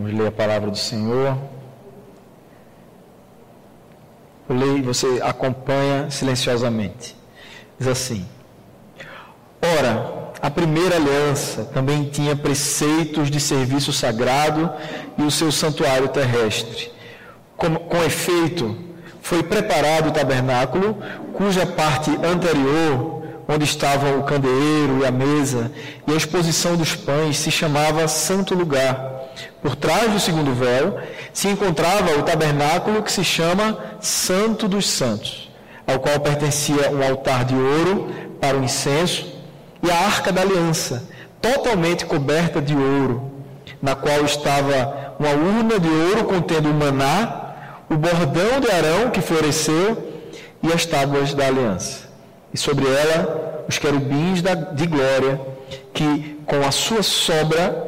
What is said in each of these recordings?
Vamos ler a palavra do Senhor. Eu leio e você acompanha silenciosamente. Diz assim: Ora, a primeira aliança também tinha preceitos de serviço sagrado e o seu santuário terrestre. Com efeito, foi preparado o tabernáculo, cuja parte anterior, onde estavam o candeeiro e a mesa, e a exposição dos pães, se chamava Santo Lugar. Por trás do segundo véu se encontrava o tabernáculo que se chama Santo dos Santos, ao qual pertencia um altar de ouro para o incenso e a arca da aliança, totalmente coberta de ouro, na qual estava uma urna de ouro contendo o maná, o bordão de Arão que floresceu e as tábuas da aliança. E sobre ela os querubins de glória que com a sua sombra,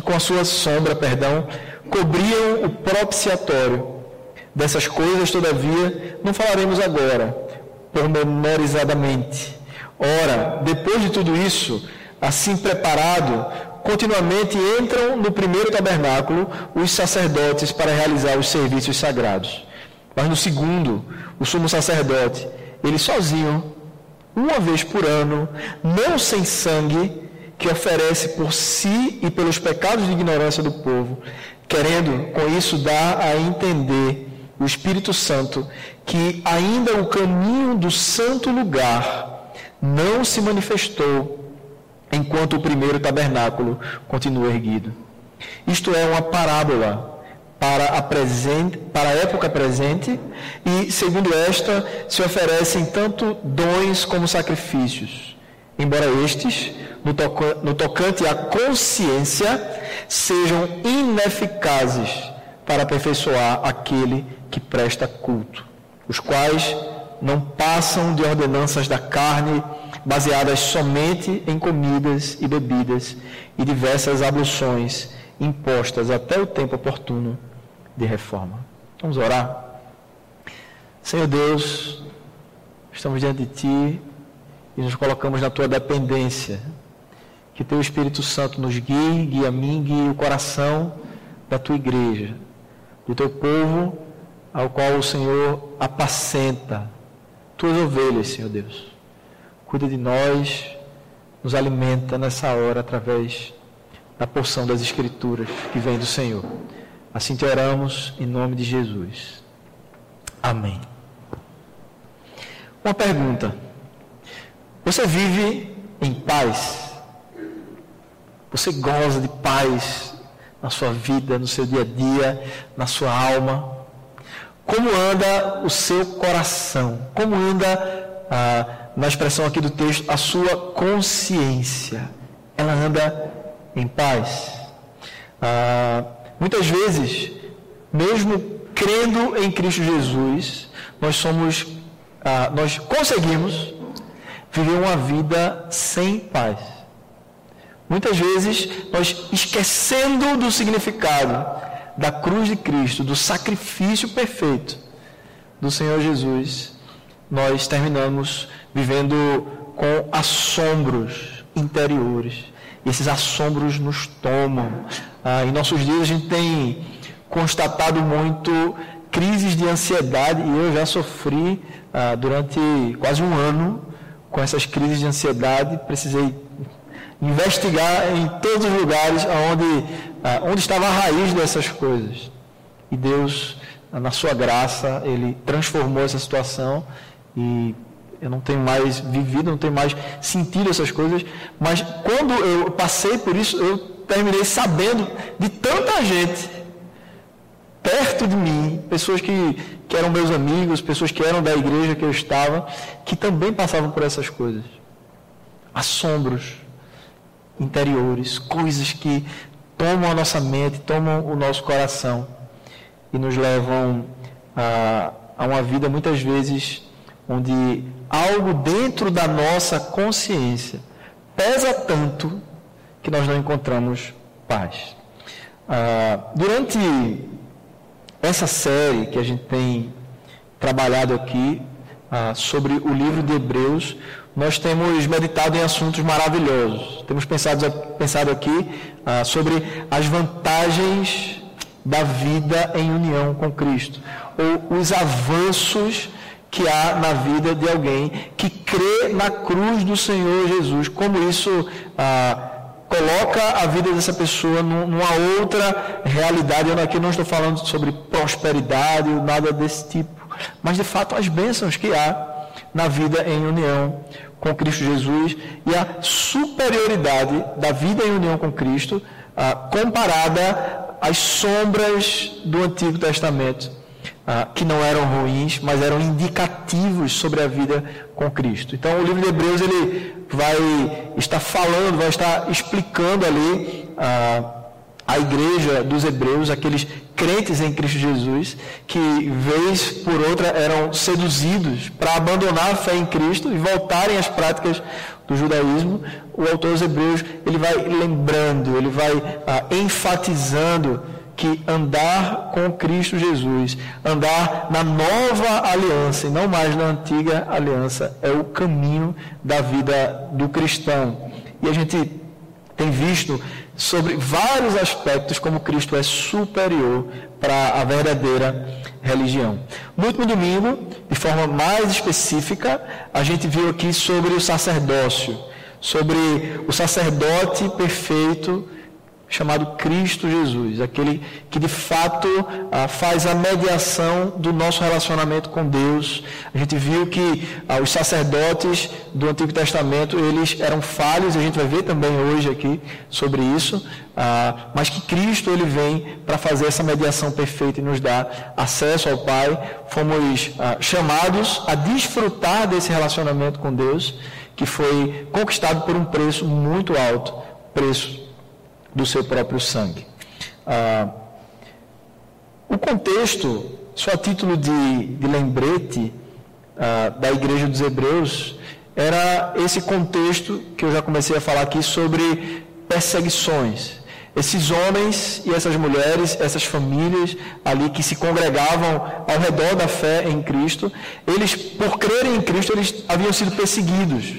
cobriam o propiciatório. Dessas coisas, todavia, não falaremos agora, pormenorizadamente. Ora, depois de tudo isso, assim preparado, continuamente entram no primeiro tabernáculo os sacerdotes para realizar os serviços sagrados. Mas no segundo, o sumo sacerdote, ele sozinho, uma vez por ano, não sem sangue, que oferece por si e pelos pecados de ignorância do povo, querendo com isso dar a entender o Espírito Santo que ainda o caminho do santo lugar não se manifestou enquanto o primeiro tabernáculo continua erguido. Isto é uma parábola para a época presente e, segundo esta, se oferecem tanto dons como sacrifícios, embora estes, no tocante à consciência, sejam ineficazes para aperfeiçoar aquele que presta culto, os quais não passam de ordenanças da carne, baseadas somente em comidas e bebidas e diversas abluções impostas até o tempo oportuno de reforma. Vamos orar? Senhor Deus, estamos diante de Ti e nos colocamos na Tua dependência. Que Teu Espírito Santo nos guie a mim, guie o coração da Tua igreja, do Teu povo, ao qual o Senhor apacenta Tuas ovelhas, Senhor Deus. Cuida de nós, nos alimenta nessa hora através da porção das Escrituras que vem do Senhor. Assim te oramos em nome de Jesus. Amém. Uma pergunta. Você vive em paz? Você goza de paz na sua vida, no seu dia a dia, na sua alma? Como anda o seu coração? Como anda, na expressão aqui do texto, a sua consciência? Ela anda em paz? Muitas vezes, mesmo crendo em Cristo Jesus, nós conseguimos viver uma vida sem paz. Muitas vezes, nós esquecendo do significado da cruz de Cristo, do sacrifício perfeito do Senhor Jesus, nós terminamos vivendo com assombros interiores. E esses assombros nos tomam. Em nossos dias, a gente tem constatado muito crises de ansiedade, e eu já sofri durante quase um ano com essas crises de ansiedade. Precisei investigar em todos os lugares onde estava a raiz dessas coisas. E Deus, na sua graça, Ele transformou essa situação e eu não tenho mais vivido, não tenho mais sentido essas coisas, mas quando eu passei por isso, eu terminei sabendo de tanta gente perto de mim, pessoas que eram meus amigos, pessoas que eram da igreja que eu estava, que também passavam por essas coisas. Assombros interiores, coisas que tomam a nossa mente, tomam o nosso coração e nos levam a uma vida muitas vezes onde algo dentro da nossa consciência pesa tanto que nós não encontramos paz. Durante essa série que a gente tem trabalhado aqui sobre o livro de Hebreus, nós temos meditado em assuntos maravilhosos. Temos pensado aqui sobre as vantagens da vida em união com Cristo, ou os avanços que há na vida de alguém que crê na cruz do Senhor Jesus, como isso coloca a vida dessa pessoa numa outra realidade. Eu aqui não estou falando sobre prosperidade ou nada desse tipo, mas de fato as bênçãos que há na vida em união com Cristo Jesus e a superioridade da vida em união com Cristo comparada às sombras do Antigo Testamento, que não eram ruins, mas eram indicativos sobre a vida com Cristo. Então o livro de Hebreus ele vai estar falando, vai estar explicando ali a igreja dos hebreus, aqueles crentes em Cristo Jesus, que vez por outra eram seduzidos para abandonar a fé em Cristo e voltarem às práticas do judaísmo. O autor dos Hebreus ele vai lembrando, ele vai enfatizando que andar com Cristo Jesus, andar na nova aliança e não mais na antiga aliança, é o caminho da vida do cristão. E a gente tem visto sobre vários aspectos como Cristo é superior para a verdadeira religião. No último domingo, de forma mais específica, a gente viu aqui sobre o sacerdócio, sobre o sacerdote perfeito chamado Cristo Jesus, aquele que de fato faz a mediação do nosso relacionamento com Deus. A gente viu que os sacerdotes do Antigo Testamento, eles eram falhos, e a gente vai ver também hoje aqui sobre isso, mas que Cristo ele vem para fazer essa mediação perfeita e nos dar acesso ao Pai. Fomos chamados a desfrutar desse relacionamento com Deus, que foi conquistado por um preço muito alto, preço do seu próprio sangue. O contexto, só a título de lembrete da igreja dos Hebreus, era esse contexto que eu já comecei a falar aqui sobre perseguições. Esses homens e essas mulheres, essas famílias ali que se congregavam ao redor da fé em Cristo, eles, por crerem em Cristo, eles haviam sido perseguidos.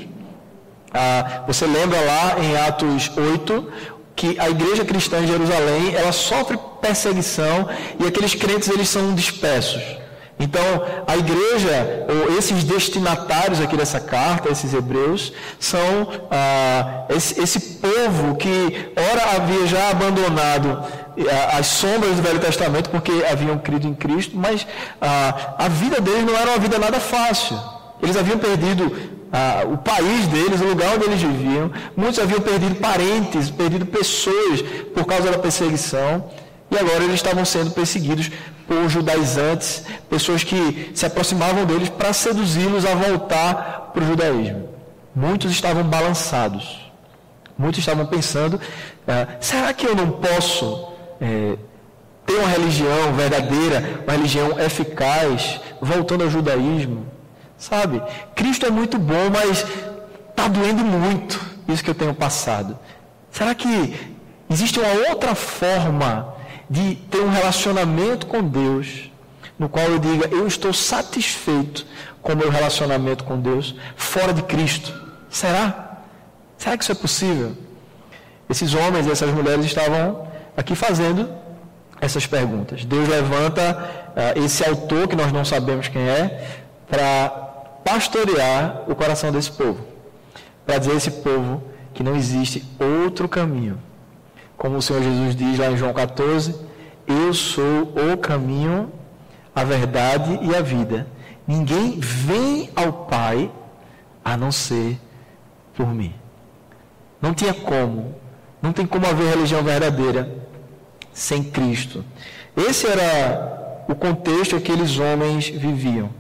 Você lembra lá em Atos 8, que a igreja cristã em Jerusalém, ela sofre perseguição e aqueles crentes, eles são dispersos. Então, a igreja, ou esses destinatários aqui dessa carta, esses hebreus, são esse povo que ora havia já abandonado as sombras do Velho Testamento porque haviam crido em Cristo, mas a vida deles não era uma vida nada fácil. Eles haviam perdido o país deles, o lugar onde eles viviam. Muitos haviam perdido parentes, perdido pessoas por causa da perseguição. E agora eles estavam sendo perseguidos por judaizantes, pessoas que se aproximavam deles para seduzi-los a voltar para o judaísmo. Muitos estavam balançados. Muitos estavam pensando, será que eu não posso ter uma religião verdadeira, uma religião eficaz, voltando ao judaísmo? Sabe, Cristo é muito bom, mas está doendo muito isso que eu tenho passado. Será que existe uma outra forma de ter um relacionamento com Deus, no qual eu diga, eu estou satisfeito com o meu relacionamento com Deus, fora de Cristo? Será? Será que isso é possível? Esses homens e essas mulheres estavam aqui fazendo essas perguntas. Deus levanta esse autor, que nós não sabemos quem é, para pastorear o coração desse povo, para dizer a esse povo que não existe outro caminho. Como o Senhor Jesus diz lá em João 14, eu sou o caminho, a verdade e a vida. Ninguém vem ao Pai a não ser por mim. Não tem como haver religião verdadeira sem Cristo. Esse era o contexto que aqueles homens viviam.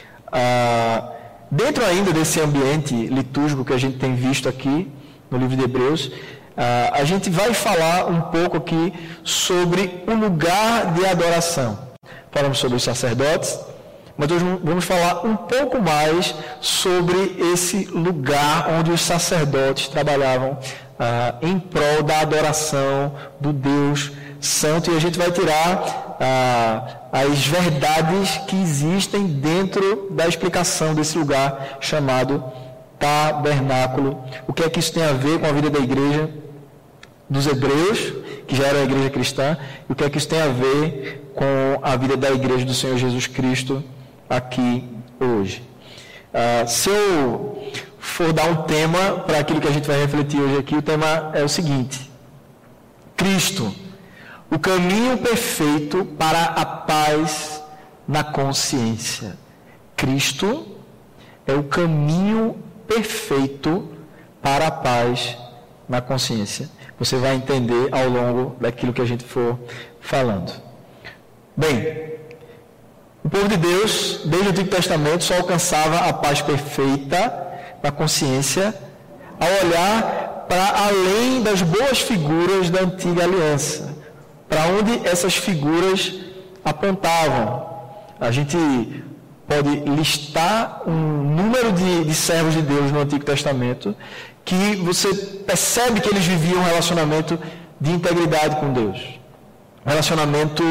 Dentro ainda desse ambiente litúrgico que a gente tem visto aqui no livro de Hebreus, a gente vai falar um pouco aqui sobre o lugar de adoração. Falamos sobre os sacerdotes, mas hoje vamos falar um pouco mais sobre esse lugar onde os sacerdotes trabalhavam em prol da adoração do Deus Santo, e a gente vai tirar as verdades que existem dentro da explicação desse lugar chamado tabernáculo. O que é que isso tem a ver com a vida da igreja dos hebreus, que já era a igreja cristã, e o que é que isso tem a ver com a vida da igreja do Senhor Jesus Cristo aqui hoje. Se eu for dar um tema para aquilo que a gente vai refletir hoje aqui, o tema é o seguinte: Cristo, o caminho perfeito para a paz na consciência. Cristo é o caminho perfeito para a paz na consciência. Você vai entender ao longo daquilo que a gente for falando. Bem, o povo de Deus, desde o Antigo Testamento, só alcançava a paz perfeita na consciência ao olhar para além das boas figuras da antiga aliança, para onde essas figuras apontavam. A gente pode listar um número de servos de Deus no Antigo Testamento que você percebe que eles viviam um relacionamento de integridade com Deus, um relacionamento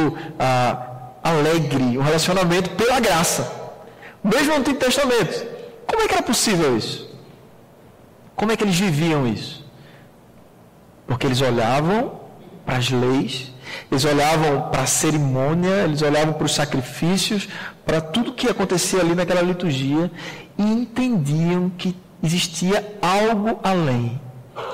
alegre, um relacionamento pela graça, mesmo no Antigo Testamento. Como é que era possível isso? Como é que eles viviam isso? Porque eles olhavam para as leis, eles olhavam para a cerimônia, eles olhavam para os sacrifícios, para tudo que acontecia ali naquela liturgia e entendiam que existia algo além.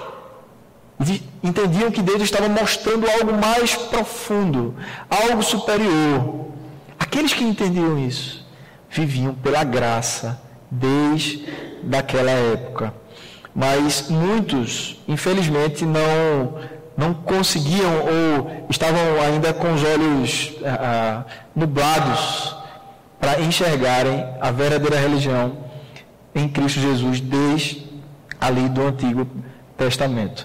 Entendiam que Deus estava mostrando algo mais profundo, algo superior. Aqueles que entendiam isso viviam pela graça desde daquela época. Mas muitos, infelizmente, não conseguiam ou estavam ainda com os olhos nublados para enxergarem a verdadeira religião em Cristo Jesus desde ali do Antigo Testamento.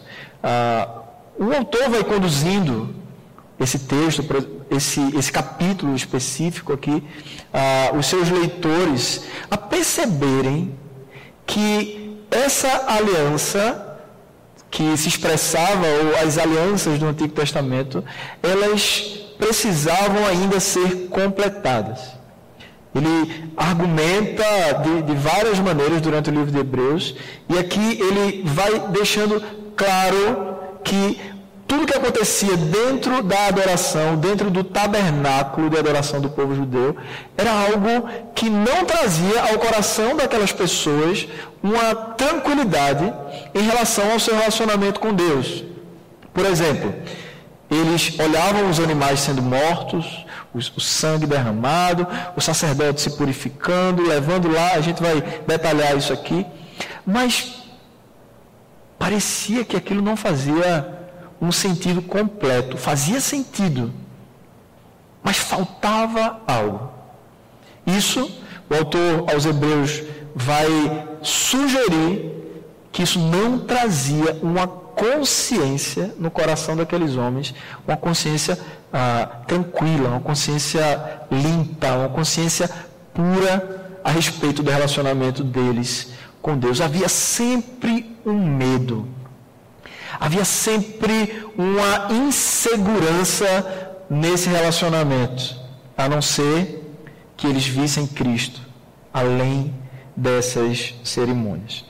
O autor vai conduzindo esse texto, esse capítulo específico aqui, os seus leitores a perceberem que essa aliança que se expressava, ou as alianças do Antigo Testamento, elas precisavam ainda ser completadas. Ele argumenta de várias maneiras durante o livro de Hebreus, e aqui ele vai deixando claro que tudo que acontecia dentro da adoração, dentro do tabernáculo de adoração do povo judeu, era algo que não trazia ao coração daquelas pessoas uma tranquilidade em relação ao seu relacionamento com Deus. Por exemplo, eles olhavam os animais sendo mortos, o sangue derramado, o sacerdote se purificando, levando lá, a gente vai detalhar isso aqui, mas parecia que aquilo não fazia um sentido completo. Fazia sentido, mas faltava algo. Isso, o autor aos Hebreus vai sugerir que isso não trazia uma consciência no coração daqueles homens, uma consciência tranquila, uma consciência limpa, uma consciência pura a respeito do relacionamento deles com Deus. Havia sempre um medo, havia sempre uma insegurança nesse relacionamento, a não ser que eles vissem Cristo além dessas cerimônias.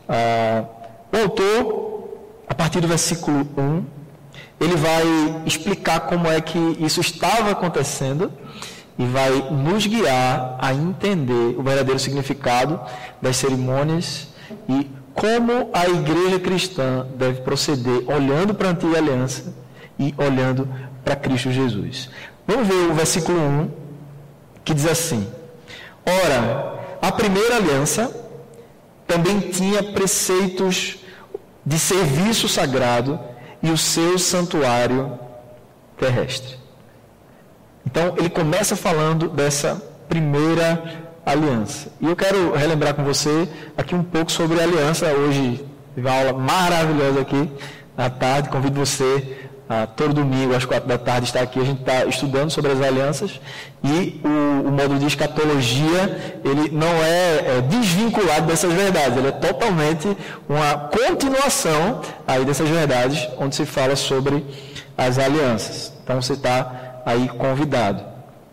O autor, a partir do versículo 1, ele vai explicar como é que isso estava acontecendo e vai nos guiar a entender o verdadeiro significado das cerimônias e como a igreja cristã deve proceder olhando para a antiga aliança e olhando para Cristo Jesus. Vamos ver o versículo 1, que diz assim: Ora, a primeira aliança também tinha preceitos de serviço sagrado e o seu santuário terrestre. Então, ele começa falando dessa primeira aliança. E eu quero relembrar com você aqui um pouco sobre a aliança. Hoje tive uma aula maravilhosa aqui à tarde. Convido você todo domingo às 4 da tarde estar aqui. A gente está estudando sobre as alianças e o módulo de escatologia, ele não é desvinculado dessas verdades. Ele é totalmente uma continuação aí dessas verdades, onde se fala sobre as alianças. Então você está aí convidado.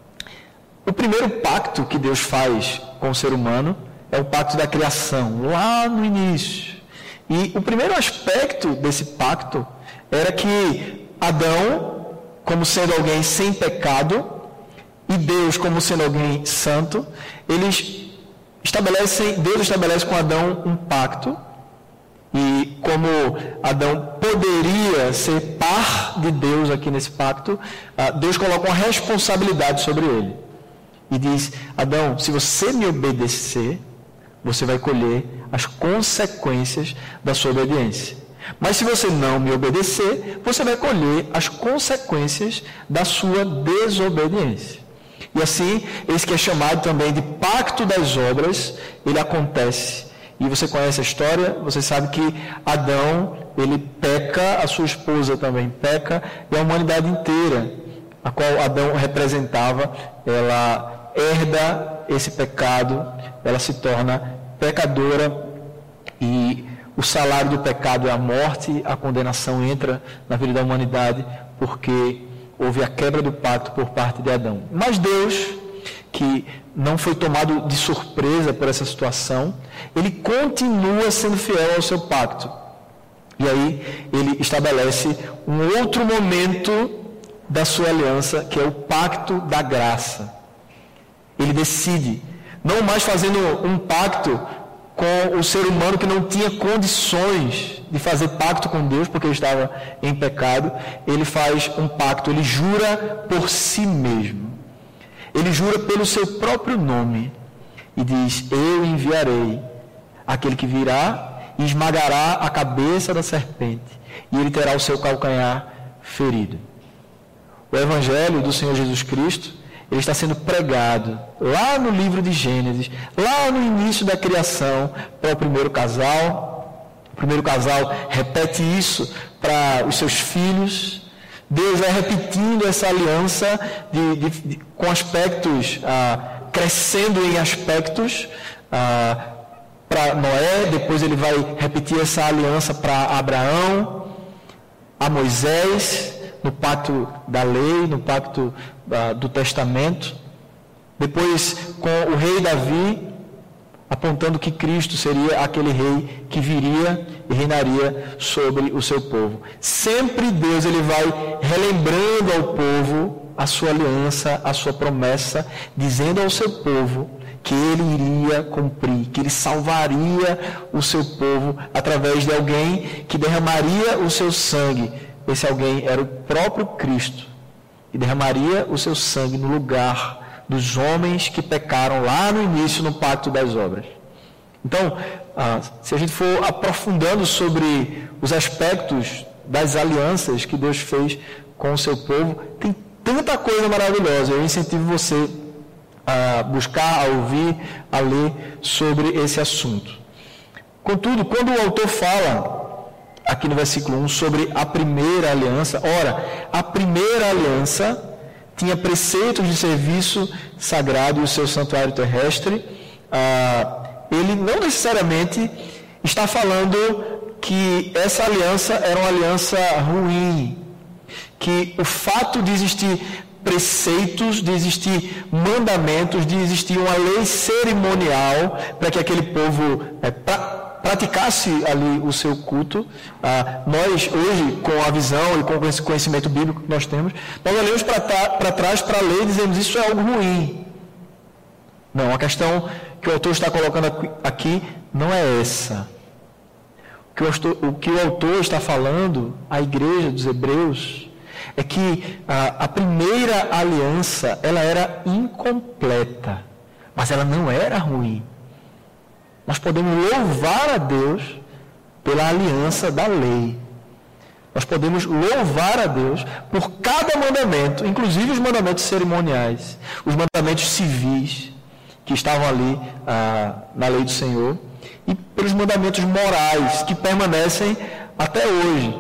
O primeiro pacto que Deus faz com o ser humano é o pacto da criação, lá no início. E o primeiro aspecto desse pacto era que Adão, como sendo alguém sem pecado, e Deus, como sendo alguém santo, Deus estabelece com Adão um pacto, e como Adão poderia ser par de Deus aqui nesse pacto, Deus coloca uma responsabilidade sobre ele. E diz: Adão, se você me obedecer, você vai colher as consequências da sua obediência. Mas se você não me obedecer, você vai colher as consequências da sua desobediência. E assim, esse que é chamado também de pacto das obras, ele acontece. E você conhece a história, você sabe que Adão, ele peca, a sua esposa também peca, e a humanidade inteira, a qual Adão representava, ela herda esse pecado, ela se torna pecadora, e o salário do pecado é a morte, a condenação entra na vida da humanidade, porque houve a quebra do pacto por parte de Adão. Mas Deus, que não foi tomado de surpresa por essa situação, ele continua sendo fiel ao seu pacto. E aí ele estabelece um outro momento da sua aliança, que é o pacto da graça. Ele decide, não mais fazendo um pacto com o ser humano que não tinha condições de fazer pacto com Deus, porque ele estava em pecado, ele faz um pacto, ele jura por si mesmo. Ele jura pelo seu próprio nome e diz: eu enviarei aquele que virá e esmagará a cabeça da serpente, e ele terá o seu calcanhar ferido. O Evangelho do Senhor Jesus Cristo, ele está sendo pregado lá no livro de Gênesis, lá no início da criação, para o primeiro casal. O primeiro casal repete isso para os seus filhos. Deus vai repetindo essa aliança com aspectos, crescendo em aspectos para Noé. Depois ele vai repetir essa aliança para Abraão, a Moisés, no pacto da lei, no pacto do testamento. Depois com o rei Davi, apontando que Cristo seria aquele rei que viria e reinaria sobre o seu povo. Sempre Deus ele vai relembrando ao povo a sua aliança, a sua promessa, dizendo ao seu povo que ele iria cumprir, que ele salvaria o seu povo através de alguém que derramaria o seu sangue. Esse alguém era o próprio Cristo, que derramaria o seu sangue no lugar dos homens que pecaram lá no início no pacto das obras. Então, se a gente for aprofundando sobre os aspectos das alianças que Deus fez com o seu povo, tem tanta coisa maravilhosa. Eu incentivo você a buscar, a ouvir, a ler sobre esse assunto. Contudo, quando o autor fala aqui no versículo 1 sobre a primeira aliança, ora, a primeira aliança tinha preceitos de serviço sagrado e o seu santuário terrestre. Ele não necessariamente está falando que essa aliança era uma aliança ruim, que o fato de existir preceitos, de existir mandamentos, de existir uma lei cerimonial para que aquele povo praticasse ali o seu culto. Nós hoje, com a visão e com esse conhecimento bíblico que nós temos, nós olhamos para trás para a lei e dizemos: isso é algo ruim. Não, a questão que o autor está colocando aqui não é essa. O que o autor está falando à igreja dos Hebreus é que a primeira aliança ela era incompleta, mas ela não era ruim. Nós podemos louvar a Deus pela aliança da lei. Nós podemos louvar a Deus por cada mandamento, inclusive os mandamentos cerimoniais, os mandamentos civis que estavam ali na lei do Senhor, e pelos mandamentos morais que permanecem até hoje.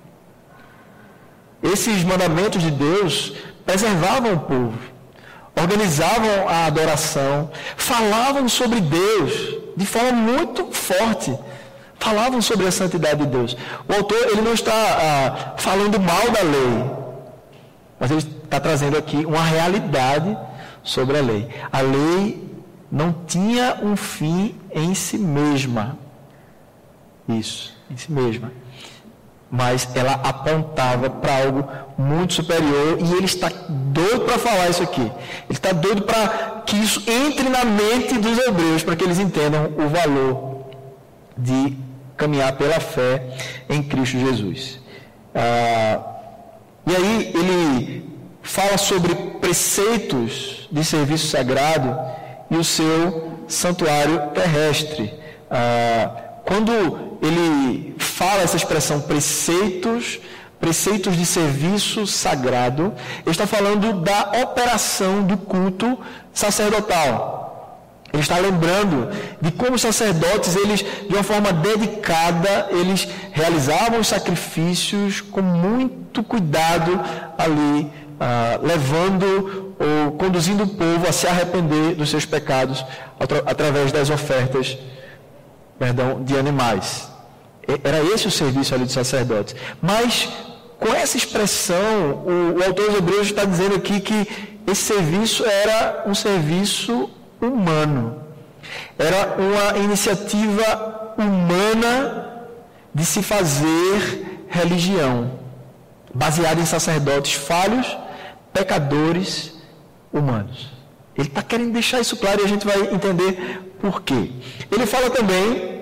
Esses mandamentos de Deus preservavam o povo, organizavam a adoração, falavam sobre Deus de forma muito forte, falavam sobre a santidade de Deus. O autor ele não está falando mal da lei, mas ele está trazendo aqui uma realidade sobre a lei. A lei não tinha um fim em si mesma. Isso, em si mesma. mas ela apontava para algo muito superior, e ele está doido para falar isso aqui. Ele está doido para que isso entre na mente dos hebreus, para que eles entendam o valor de caminhar pela fé em Cristo Jesus. E aí ele fala sobre preceitos de serviço sagrado e o seu santuário terrestre. Quando ele fala essa expressão preceitos de serviço sagrado, ele está falando da operação do culto sacerdotal. Ele está lembrando de como os sacerdotes, eles, de uma forma dedicada, eles realizavam os sacrifícios com muito cuidado ali, levando ou conduzindo o povo a se arrepender dos seus pecados através das ofertas, de animais. Era esse o serviço ali dos sacerdotes. Mas, com essa expressão, o autor dos Hebreus está dizendo aqui que esse serviço era um serviço humano. Era uma iniciativa humana de se fazer religião, baseada em sacerdotes falhos, pecadores, humanos. Ele está querendo deixar isso claro e a gente vai entender por quê. Ele fala também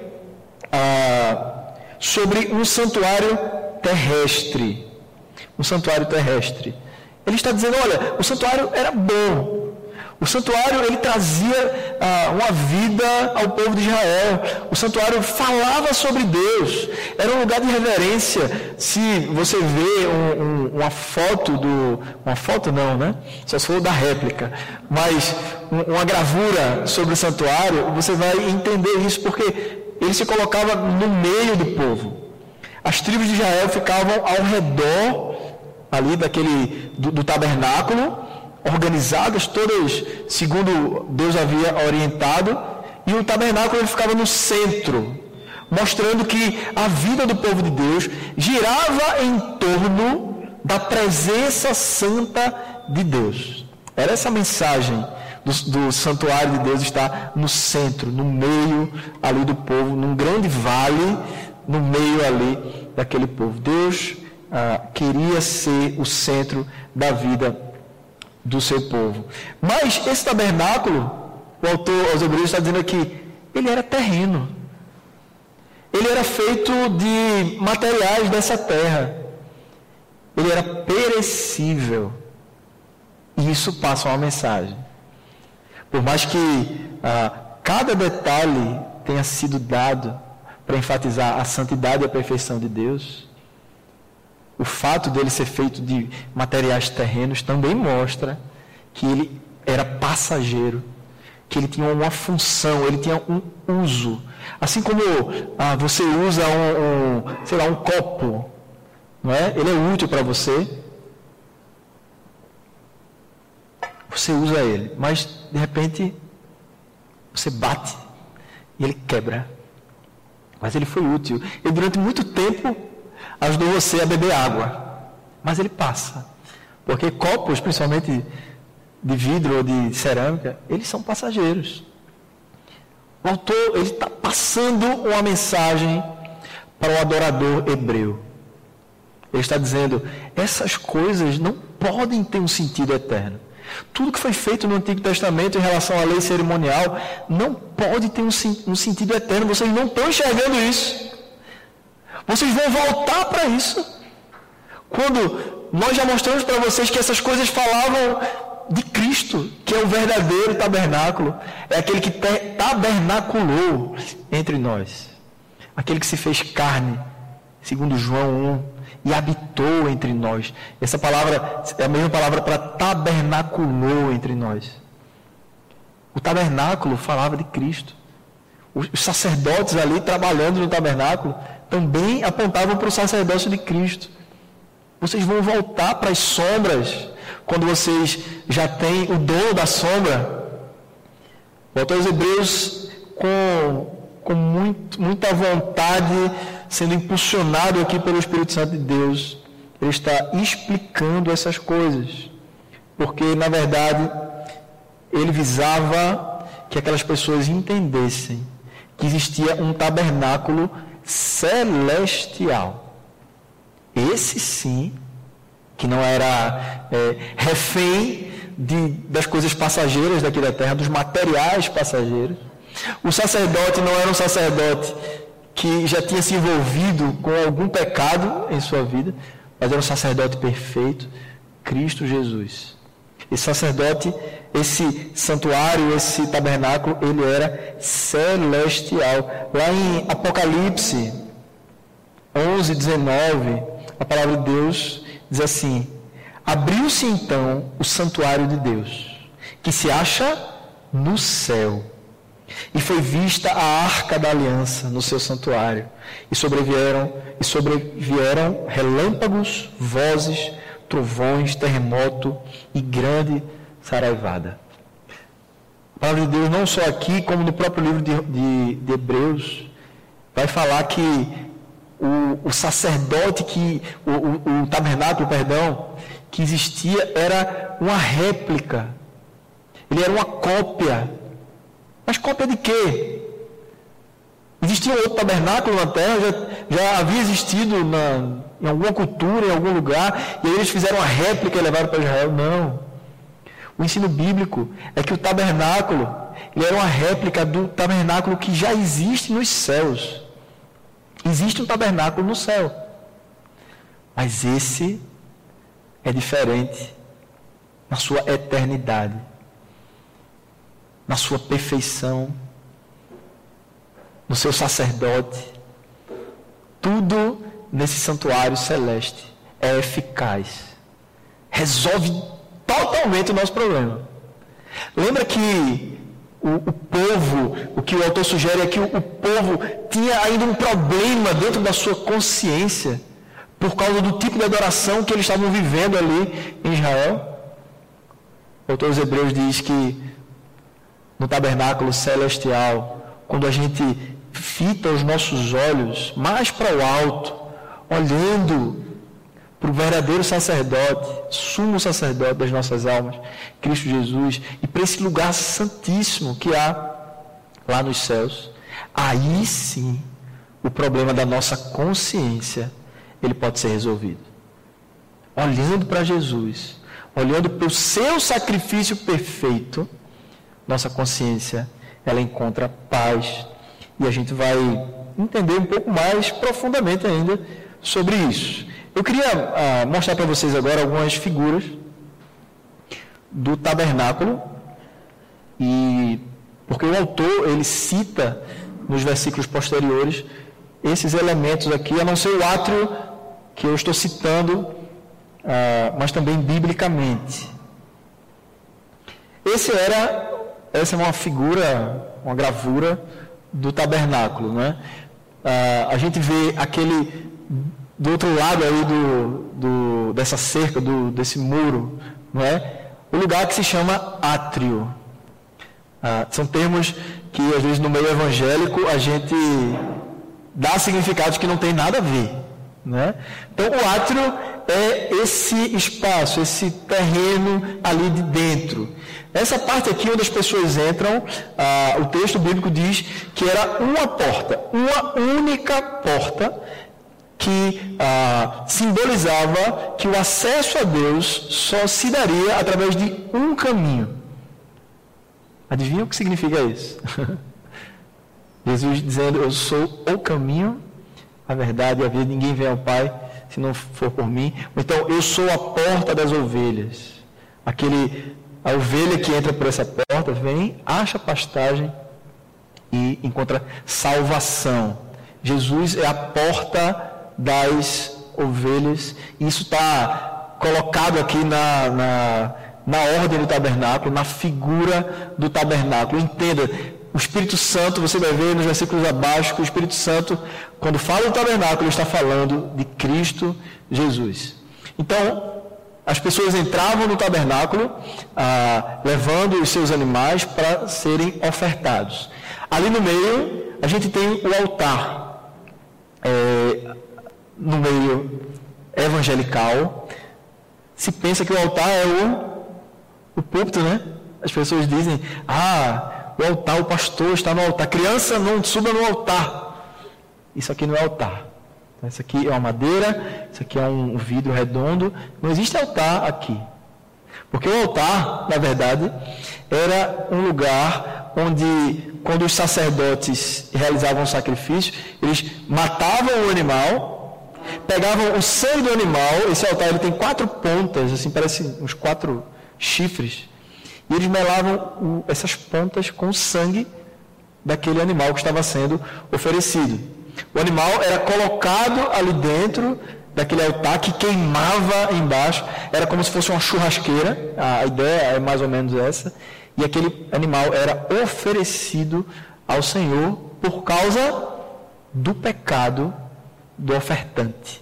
sobre um santuário terrestre. Um santuário terrestre. Ele está dizendo, olha, o santuário era bom. O santuário, ele trazia uma vida ao povo de Israel. O santuário falava sobre Deus. Era um lugar de reverência. Se você vê uma foto uma foto não, né? Só se for da réplica. Mas uma gravura sobre o santuário, você vai entender isso, porque ele se colocava no meio do povo. As tribos de Israel ficavam ao redor ali do tabernáculo, organizadas, todas segundo Deus havia orientado, e o tabernáculo ele ficava no centro, mostrando que a vida do povo de Deus girava em torno da presença santa de Deus. Era essa a mensagem do santuário de Deus, estar no centro, no meio ali do povo, num grande vale, no meio ali daquele povo. Deus queria ser o centro da vida do seu povo. Mas esse tabernáculo, o autor aos Hebreus está dizendo aqui, ele era terreno. Ele era feito de materiais dessa terra. Ele era perecível. E isso passa uma mensagem. Por mais que cada detalhe tenha sido dado para enfatizar a santidade e a perfeição de Deus, o fato dele ser feito de materiais terrenos também mostra que ele era passageiro, que ele tinha uma função, ele tinha um uso. Assim como você usa um copo, não é? Ele é útil para você. Você usa ele, mas de repente você bate e ele quebra. Mas ele foi útil. E durante muito tempo ajudou você a beber água. Mas ele passa. Porque copos, principalmente de vidro ou de cerâmica, eles são passageiros. O autor ele está passando uma mensagem para o adorador hebreu. Ele está dizendo, essas coisas não podem ter um sentido eterno. Tudo que foi feito no Antigo Testamento em relação à lei cerimonial não pode ter um sentido eterno. Vocês não estão enxergando isso. Vocês vão voltar para isso. Quando nós já mostramos para vocês que essas coisas falavam de Cristo, que é o verdadeiro tabernáculo. É aquele que tabernaculou entre nós. Aquele que se fez carne, segundo João 1. E habitou entre nós. Essa palavra é a mesma palavra para tabernaculou entre nós. O tabernáculo falava de Cristo. Os sacerdotes ali trabalhando no tabernáculo também apontavam para o sacerdócio de Cristo. Vocês vão voltar para as sombras quando vocês já têm o dom da sombra. O autor dos Hebreus com muita vontade, sendo impulsionado aqui pelo Espírito Santo de Deus, ele está explicando essas coisas, porque na verdade ele visava que aquelas pessoas entendessem que existia um tabernáculo celestial. esse sim, que não era refém das coisas passageiras daqui da terra, dos materiais passageiros. O sacerdote não era um sacerdote que já tinha se envolvido com algum pecado em sua vida, mas era um sacerdote perfeito, Cristo Jesus. Esse sacerdote, esse santuário, esse tabernáculo, ele era celestial. Lá em Apocalipse 11, 19, a palavra de Deus diz assim: abriu-se então o santuário de Deus, que se acha no céu, e foi vista a arca da aliança no seu santuário, e sobrevieram relâmpagos, vozes, trovões, terremoto e grande saraivada. A palavra de Deus, não só aqui, como no próprio livro de Hebreus, vai falar que o sacerdote, o tabernáculo, que existia, era uma réplica. Ele era uma cópia. Mas cópia de quê? Existia outro tabernáculo na terra, já havia existido em alguma cultura, em algum lugar, e aí eles fizeram uma réplica e levaram para Israel? Não. O ensino bíblico é que o tabernáculo, ele era uma réplica do tabernáculo que já existe nos céus. Existe um tabernáculo no céu. Mas esse é diferente na sua eternidade, na sua perfeição, no seu sacerdote. Tudo nesse santuário celeste é eficaz. Resolve totalmente o nosso problema. Lembra que o povo, o que o autor sugere é que o povo tinha ainda um problema dentro da sua consciência por causa do tipo de adoração que eles estavam vivendo ali em Israel. O autor dos Hebreus diz que no tabernáculo celestial, quando a gente fita os nossos olhos mais para o alto, olhando para o verdadeiro sacerdote, sumo sacerdote das nossas almas, Cristo Jesus, e para esse lugar santíssimo que há lá nos céus, aí sim o problema da nossa consciência, ele pode ser resolvido. Olhando para Jesus, olhando para o seu sacrifício perfeito, nossa consciência, ela encontra paz. E a gente vai entender um pouco mais profundamente ainda sobre isso. Eu queria mostrar para vocês agora algumas figuras do tabernáculo, e porque o autor, ele cita nos versículos posteriores esses elementos aqui, a não ser o átrio que eu estou citando, mas também biblicamente. Essa é uma figura, uma gravura do tabernáculo, né? A gente vê aquele do outro lado aí dessa cerca, desse muro, não é? O lugar que se chama átrio. São termos que às vezes no meio evangélico a gente dá significados que não tem nada a ver, né? Então o átrio é esse espaço, esse terreno ali de dentro. Essa parte aqui onde as pessoas entram, o texto bíblico diz que era uma porta, uma única porta, que simbolizava que o acesso a Deus só se daria através de um caminho. Adivinha o que significa isso? Jesus dizendo: eu sou o caminho, a verdade e a vida, ninguém vem ao Pai se não for por mim. Então, eu sou a porta das ovelhas. A ovelha que entra por essa porta vem, acha pastagem e encontra salvação. Jesus é a porta das ovelhas. Isso está colocado aqui na ordem do tabernáculo, na figura do tabernáculo. Entenda, o Espírito Santo, você vai ver nos versículos abaixo, que o Espírito Santo, quando fala do tabernáculo, ele está falando de Cristo Jesus. Então, as pessoas entravam no tabernáculo, levando os seus animais para serem ofertados. Ali no meio, a gente tem o altar. No meio evangelical, se pensa que o altar é o púlpito, né? As pessoas dizem: o altar, o pastor está no altar. Criança, não suba no altar. Isso aqui não é altar. Então, isso aqui é uma madeira, isso aqui é um vidro redondo. Não existe altar aqui. Porque o altar, na verdade, era um lugar onde, quando os sacerdotes realizavam o sacrifício, eles matavam o animal, pegavam o sangue do animal. Esse altar ele tem 4 pontas, assim, parece uns 4 chifres, e eles melavam essas pontas com o sangue daquele animal que estava sendo oferecido. O animal era colocado ali dentro daquele altar que queimava embaixo, era como se fosse uma churrasqueira, a ideia é mais ou menos essa, e aquele animal era oferecido ao Senhor por causa do pecado do ofertante.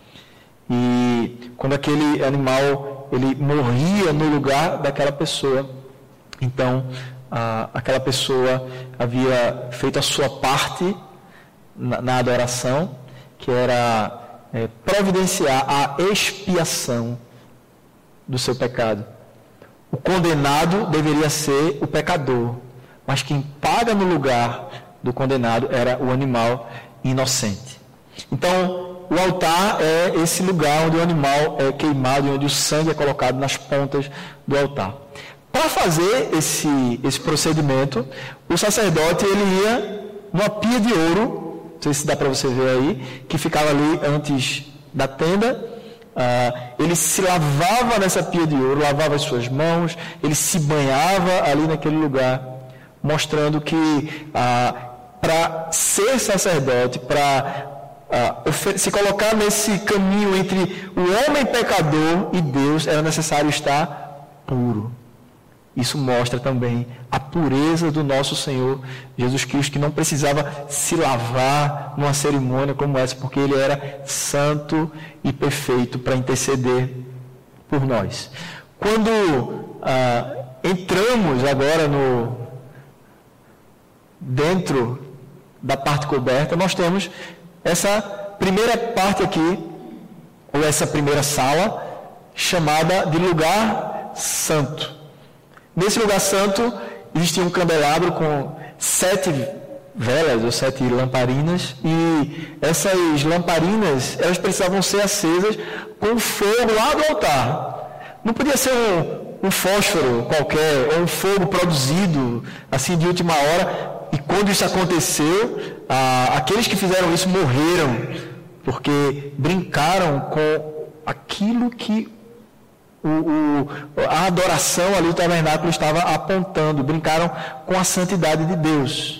E quando aquele animal ele morria no lugar daquela pessoa, então aquela pessoa havia feito a sua parte na adoração, que era providenciar a expiação do seu pecado. O condenado deveria ser o pecador, mas quem paga no lugar do condenado era o animal inocente. Então, o altar é esse lugar onde o animal é queimado e onde o sangue é colocado nas pontas do altar. Para fazer esse procedimento, o sacerdote ele ia numa pia de ouro, não sei se dá para você ver aí, que ficava ali antes da tenda. Ele se lavava nessa pia de ouro, lavava as suas mãos, ele se banhava ali naquele lugar, mostrando que para ser sacerdote, para se colocar nesse caminho entre o homem pecador e Deus, era necessário estar puro. Isso mostra também a pureza do nosso Senhor Jesus Cristo, que não precisava se lavar numa cerimônia como essa, porque Ele era santo e perfeito para interceder por nós. Quando entramos agora dentro da parte coberta, nós temos essa primeira parte aqui, ou essa primeira sala, chamada de lugar santo. Nesse lugar santo, existia um candelabro com 7 velas, ou 7 lamparinas, e essas lamparinas, elas precisavam ser acesas com fogo lá do altar. Não podia ser um fósforo qualquer, ou um fogo produzido, assim, de última hora, e quando isso aconteceu, aqueles que fizeram isso morreram, porque brincaram com aquilo que a adoração ali do tabernáculo estava apontando, brincaram com a santidade de Deus.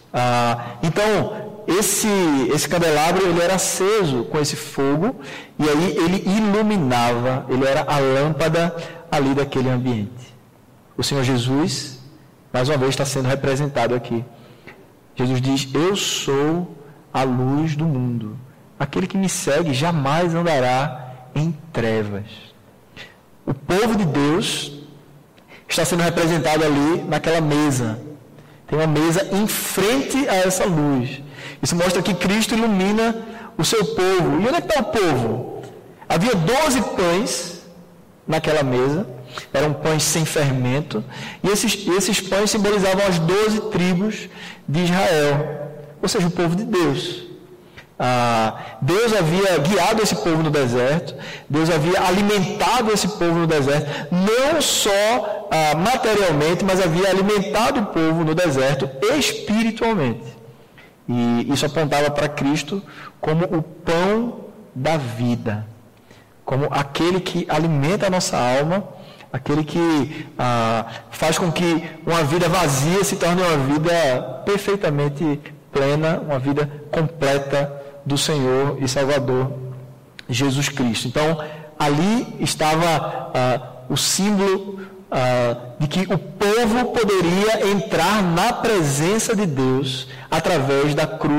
Então, esse candelabro ele era aceso com esse fogo, e aí ele iluminava, ele era a lâmpada ali daquele ambiente. O Senhor Jesus, mais uma vez, está sendo representado aqui. Jesus diz: eu sou a luz do mundo. Aquele que me segue jamais andará em trevas. O povo de Deus está sendo representado ali naquela mesa. Tem uma mesa em frente a essa luz. Isso mostra que Cristo ilumina o seu povo. E onde é que está o povo? Havia 12 pães naquela mesa. Eram pães sem fermento. E esses pães simbolizavam as 12 tribos de Israel. Ou seja, o povo de Deus. Deus havia guiado esse povo no deserto, Deus havia alimentado esse povo no deserto, não só materialmente, mas havia alimentado o povo no deserto espiritualmente. E isso apontava para Cristo como o pão da vida, como aquele que alimenta a nossa alma, aquele que faz com que uma vida vazia se torne uma vida perfeitamente plena, uma vida completa do Senhor e Salvador Jesus Cristo. Então, ali estava o símbolo de que o povo poderia entrar na presença de Deus através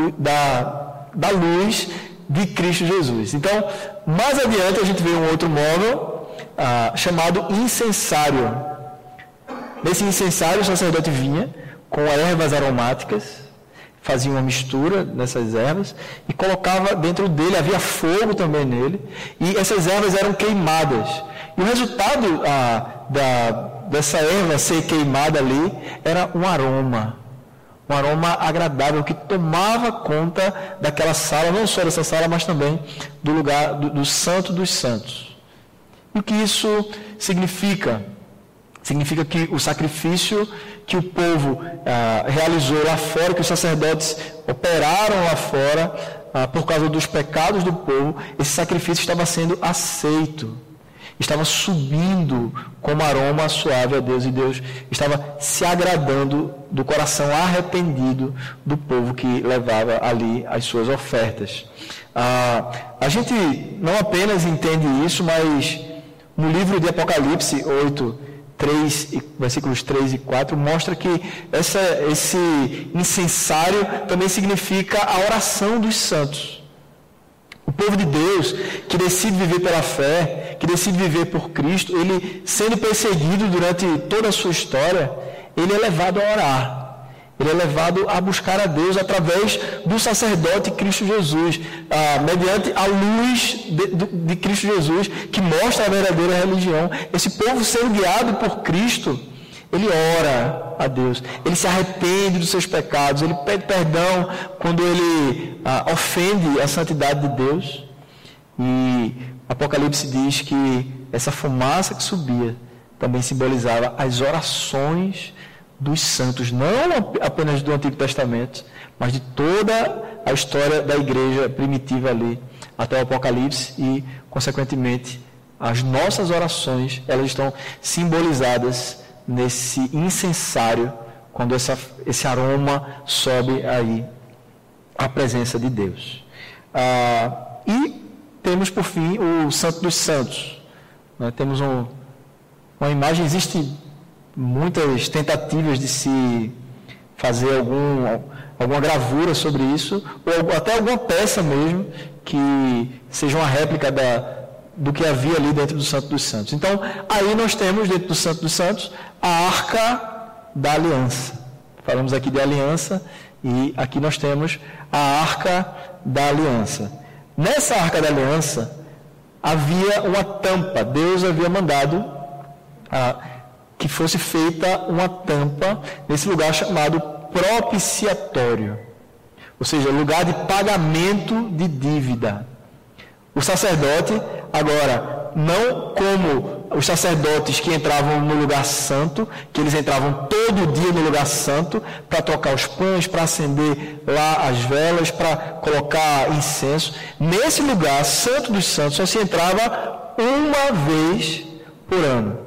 da luz de Cristo Jesus. Então, mais adiante a gente vê um outro móvel chamado incensário. Nesse incensário o sacerdote vinha com ervas aromáticas, fazia uma mistura dessas ervas e colocava dentro dele, havia fogo também nele, e essas ervas eram queimadas. E o resultado dessa erva ser queimada ali era um aroma um aroma agradável que tomava conta daquela sala, não só dessa sala, mas também do lugar do Santo dos Santos. E o que isso significa? Significa que o sacrifício que o povo realizou lá fora, que os sacerdotes operaram lá fora, por causa dos pecados do povo, esse sacrifício estava sendo aceito, estava subindo como aroma suave a Deus, e Deus estava se agradando do coração arrependido do povo que levava ali as suas ofertas. A gente não apenas entende isso, mas no livro de Apocalipse 8, 3, versículos 3 e 4, mostra que esse incensário também significa a oração dos santos. O povo de Deus, que decide viver pela fé, que decide viver por Cristo, ele, sendo perseguido durante toda a sua história, ele é levado a orar. Ele é levado a buscar a Deus através do sacerdote Cristo Jesus, mediante a luz de Cristo Jesus, que mostra a verdadeira religião. Esse povo sendo guiado por Cristo, ele ora a Deus, ele se arrepende dos seus pecados, ele pede perdão quando ele ofende a santidade de Deus. E Apocalipse diz que essa fumaça que subia também simbolizava as orações dos santos, não apenas do Antigo Testamento, mas de toda a história da igreja primitiva ali, até o Apocalipse, e, consequentemente, as nossas orações, elas estão simbolizadas nesse incensário, quando esse aroma sobe aí à presença de Deus. E temos, por fim, o Santo dos Santos. Temos uma imagem, existe muitas tentativas de se fazer alguma gravura sobre isso, ou até alguma peça mesmo, que seja uma réplica do que havia ali dentro do Santo dos Santos. Então, aí nós temos, dentro do Santo dos Santos, a Arca da Aliança. Falamos aqui de aliança, e aqui nós temos a Arca da Aliança. Nessa Arca da Aliança, havia uma tampa. Deus havia mandado que fosse feita uma tampa nesse lugar chamado propiciatório, ou seja, lugar de pagamento de dívida. O sacerdote, agora, não como os sacerdotes que entravam no lugar santo, que eles entravam todo dia no lugar santo para trocar os pães, para acender lá as velas, para colocar incenso. Nesse lugar santo dos santos só se entrava uma vez por ano.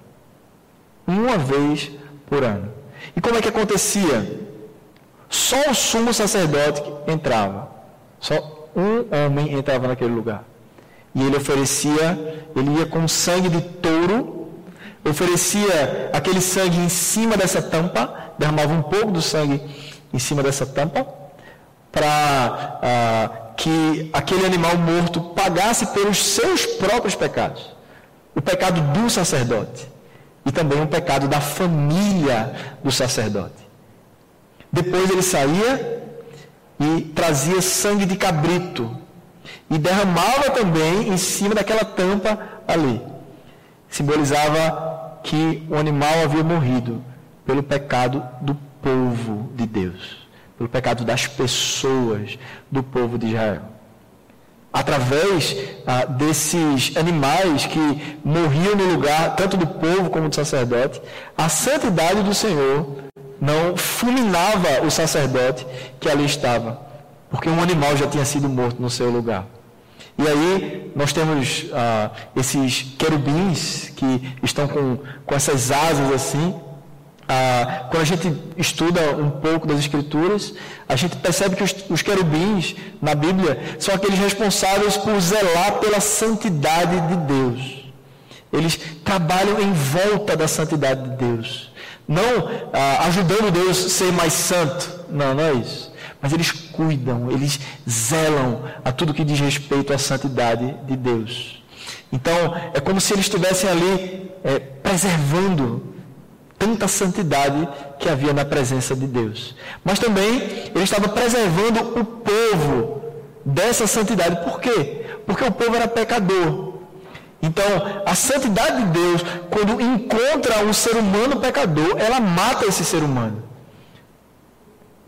Uma vez por ano. E como é que acontecia? Só o sumo sacerdote entrava. Só um homem entrava naquele lugar. E ele ele ia com sangue de touro, oferecia aquele sangue em cima dessa tampa, derramava um pouco do sangue em cima dessa tampa, para que aquele animal morto pagasse pelos seus próprios pecados. O pecado do sacerdote. E também o pecado da família do sacerdote. Depois ele saía e trazia sangue de cabrito e derramava também em cima daquela tampa ali. Simbolizava que o animal havia morrido pelo pecado do povo de Deus, pelo pecado das pessoas do povo de Israel. Através desses animais que morriam no lugar, tanto do povo como do sacerdote, a santidade do Senhor não fulminava o sacerdote que ali estava, porque um animal já tinha sido morto no seu lugar. E aí nós temos esses querubins que estão com essas asas assim. Quando a gente estuda um pouco das Escrituras, a gente percebe que os querubins na Bíblia são aqueles responsáveis por zelar pela santidade de Deus. Eles trabalham em volta da santidade de Deus, não ajudando Deus a ser mais santo, não é isso, mas eles cuidam, eles zelam a tudo que diz respeito à santidade de Deus. Então é como se eles estivessem ali preservando tanta santidade que havia na presença de Deus. Mas também ele estava preservando o povo dessa santidade. Por quê? Porque o povo era pecador. Então, a santidade de Deus, quando encontra um ser humano pecador, ela mata esse ser humano.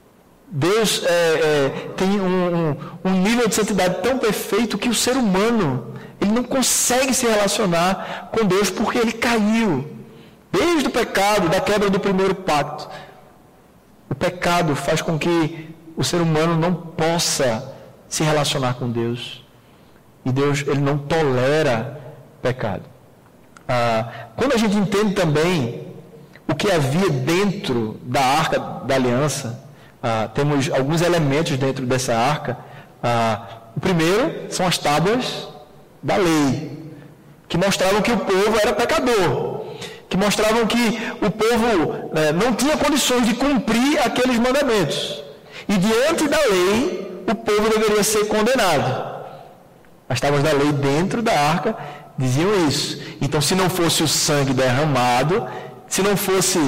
Deus tem um nível de santidade tão perfeito que o ser humano ele não consegue se relacionar com Deus porque ele caiu. Desde o pecado, da quebra do primeiro pacto. O pecado faz com que o ser humano não possa se relacionar com Deus. E Deus ele não tolera pecado. Quando a gente entende também o que havia dentro da Arca da Aliança, temos alguns elementos dentro dessa arca. O primeiro são as tábuas da lei, que mostravam que o povo era pecador, que mostravam que o povo não tinha condições de cumprir aqueles mandamentos. E diante da lei, o povo deveria ser condenado. As tábuas da lei dentro da arca diziam isso. Então, se não fosse o sangue derramado, se não fosse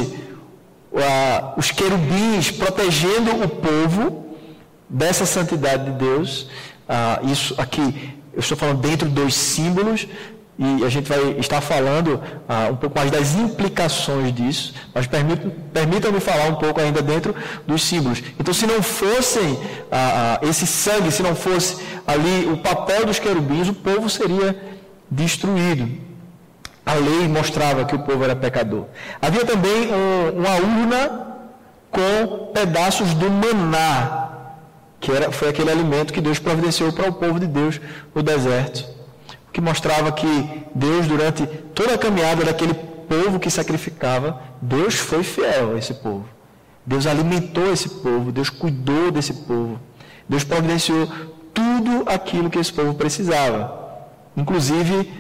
os querubins protegendo o povo dessa santidade de Deus, isso aqui, eu estou falando dentro dos símbolos, e a gente vai estar falando um pouco mais das implicações disso, mas permitam-me falar um pouco ainda dentro dos símbolos. Então, se não fossem esse sangue, se não fosse ali o papel dos querubins, o povo seria destruído. A lei mostrava que o povo era pecador. Havia também uma urna com pedaços do maná, que foi aquele alimento que Deus providenciou para o povo de Deus no deserto, que mostrava que Deus, durante toda a caminhada daquele povo que sacrificava, Deus foi fiel a esse povo. Deus alimentou esse povo, Deus cuidou desse povo. Deus providenciou tudo aquilo que esse povo precisava. Inclusive,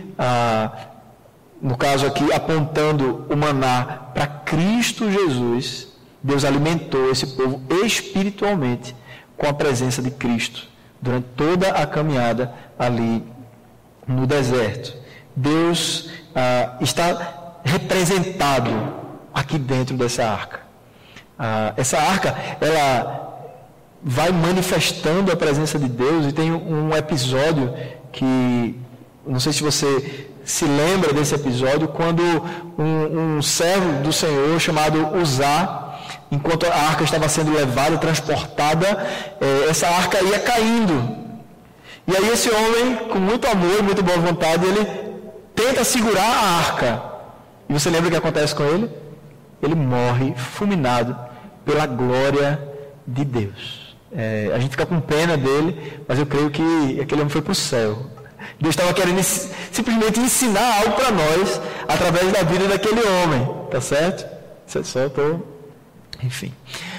no caso aqui, apontando o maná para Cristo Jesus, Deus alimentou esse povo espiritualmente com a presença de Cristo durante toda a caminhada ali no deserto. Deus está representado aqui dentro dessa arca. Essa arca, ela vai manifestando a presença de Deus, e tem um episódio que, não sei se você se lembra desse episódio, quando um servo do Senhor chamado Uzá, enquanto a arca estava sendo levada, transportada, essa arca ia caindo. E aí esse homem, com muito amor e muita boa vontade, ele tenta segurar a arca. E você lembra o que acontece com ele? Ele morre fulminado pela glória de Deus. A gente fica com pena dele, mas eu creio que aquele homem foi para o céu. Deus estava querendo simplesmente ensinar algo para nós através da vida daquele homem. Tá certo? Só estou... Enfim.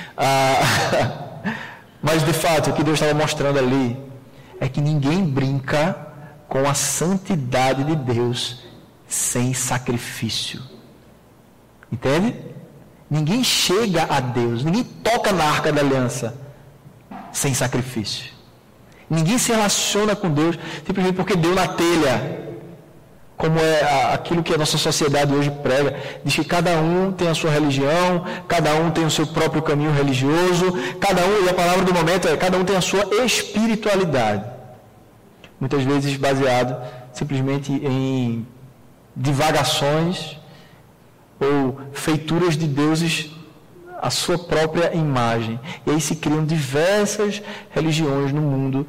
Mas de fato, o que Deus estava mostrando ali é que ninguém brinca com a santidade de Deus sem sacrifício. Entende? Ninguém chega a Deus, ninguém toca na Arca da Aliança sem sacrifício. Ninguém se relaciona com Deus simplesmente porque deu na telha, como é aquilo que a nossa sociedade hoje prega. Diz que cada um tem a sua religião, cada um tem o seu próprio caminho religioso, cada um, e a palavra do momento é, cada um tem a sua espiritualidade. Muitas vezes baseado simplesmente em divagações ou feituras de deuses à sua própria imagem. E aí se criam diversas religiões no mundo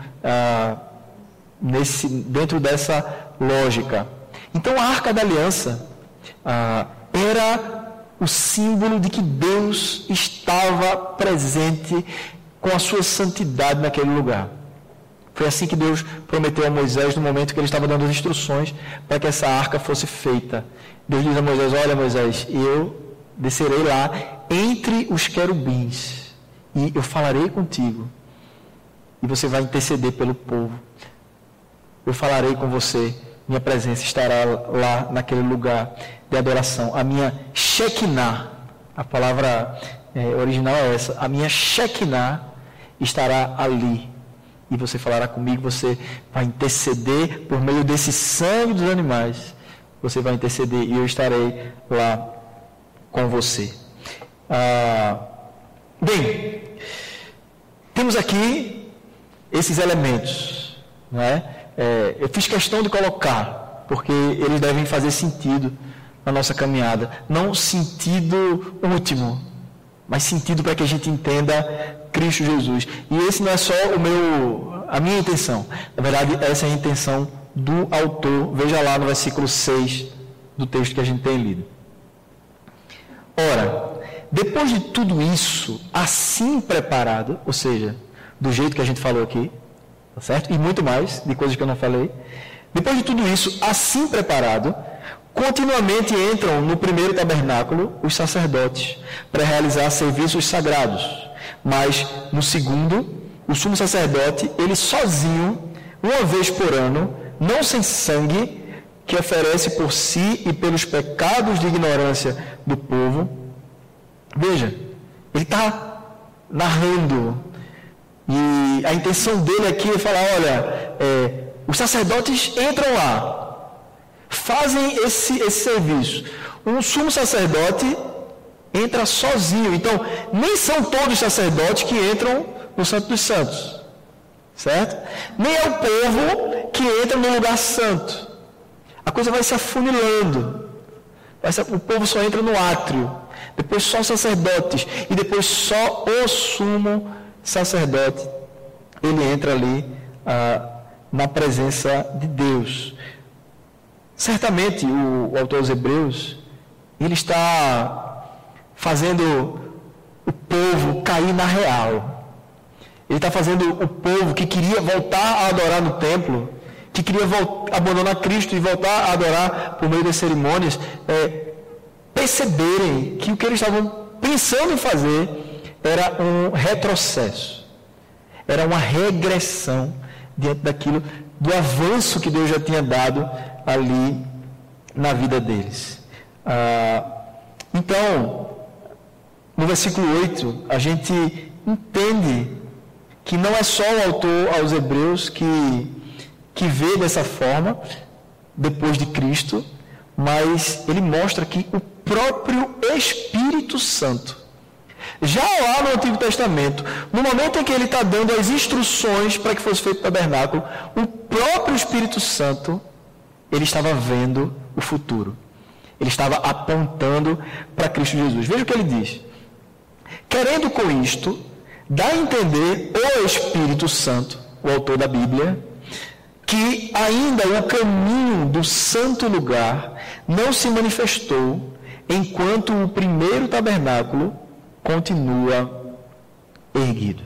dentro dessa lógica. Então a Arca da Aliança era o símbolo de que Deus estava presente com a sua santidade naquele lugar. Foi assim que Deus prometeu a Moisés no momento que ele estava dando as instruções para que essa arca fosse feita. Deus diz a Moisés: olha, Moisés, eu descerei lá entre os querubins e eu falarei contigo e você vai interceder pelo povo. Eu falarei com você, minha presença estará lá naquele lugar de adoração. A minha Shekinah, a palavra original é essa, a minha Shekinah estará ali. E você falará comigo, você vai interceder por meio desse sangue dos animais. Você vai interceder e eu estarei lá com você. Bem, temos aqui esses elementos, não é? Eu fiz questão de colocar, porque eles devem fazer sentido na nossa caminhada. Não sentido último, mais sentido para que a gente entenda Cristo Jesus. E esse não é só a minha intenção. Na verdade, essa é a intenção do autor. Veja lá no versículo 6 do texto que a gente tem lido. Ora, depois de tudo isso, assim preparado, ou seja, do jeito que a gente falou aqui, tá certo? E muito mais, de coisas que eu não falei. Depois de tudo isso, assim preparado, continuamente entram no primeiro tabernáculo os sacerdotes para realizar serviços sagrados. Mas no segundo, o sumo sacerdote, ele sozinho, uma vez por ano, não sem sangue, que oferece por si e pelos pecados de ignorância do povo. Veja, ele está narrando, e a intenção dele aqui é falar, olha, os sacerdotes entram lá, fazem esse serviço. Um sumo sacerdote entra sozinho. Então, nem são todos os sacerdotes que entram no Santo dos Santos, certo? Nem é o povo que entra no lugar santo. A coisa vai se afunilando. O povo só entra no átrio, depois só os sacerdotes, e depois só o sumo sacerdote. Ele entra ali na presença de Deus. Certamente o autor dos Hebreus, ele está fazendo o povo cair na real. Ele está fazendo o povo que queria voltar a adorar no templo, que queria abandonar Cristo e voltar a adorar por meio das cerimônias, perceberem que o que eles estavam pensando em fazer era um retrocesso, era uma regressão diante daquilo, do avanço que Deus já tinha dado ali na vida deles. Então, no versículo 8, a gente entende que não é só o autor aos Hebreus que vê dessa forma, depois de Cristo, mas ele mostra que o próprio Espírito Santo, já lá no Antigo Testamento, no momento em que ele está dando as instruções para que fosse feito o tabernáculo, o próprio Espírito Santo, ele estava vendo o futuro. Ele estava apontando para Cristo Jesus. Veja o que ele diz. Querendo com isto, dá a entender o Espírito Santo, o autor da Bíblia, que ainda o caminho do santo lugar não se manifestou, enquanto o primeiro tabernáculo continua erguido.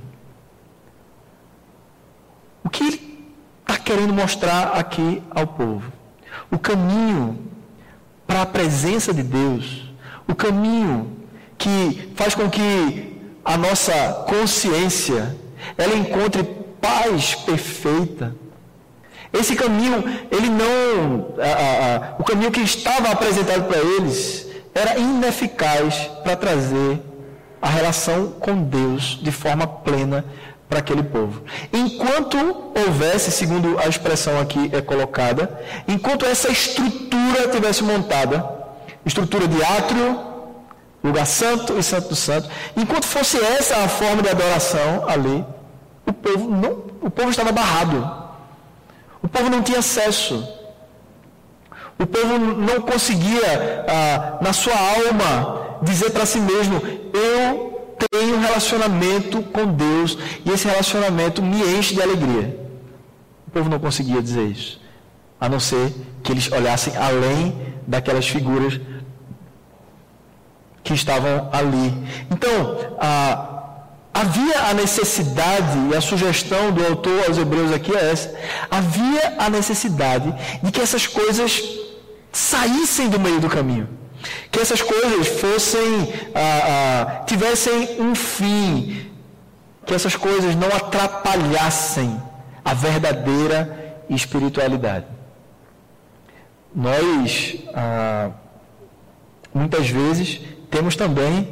O que ele está querendo mostrar aqui ao povo? O caminho para a presença de Deus, o caminho que faz com que a nossa consciência ela encontre paz perfeita. Esse caminho, o caminho que estava apresentado para eles era ineficaz para trazer a relação com Deus de forma plena para aquele povo. Enquanto houvesse, segundo a expressão aqui é colocada, enquanto essa estrutura tivesse montada, estrutura de átrio, lugar santo e santo do santo, enquanto fosse essa a forma de adoração ali, o povo estava barrado. O povo não tinha acesso. O povo não conseguia, na sua alma, dizer para si mesmo, eu tenho um relacionamento com Deus e esse relacionamento me enche de alegria. O povo não conseguia dizer isso, a não ser que eles olhassem além daquelas figuras que estavam ali. Então, havia a necessidade, e a sugestão do autor aos Hebreus aqui é essa, havia a necessidade de que essas coisas saíssem do meio do caminho, que essas coisas tivessem um fim, que essas coisas não atrapalhassem a verdadeira espiritualidade. Nós, muitas vezes, temos também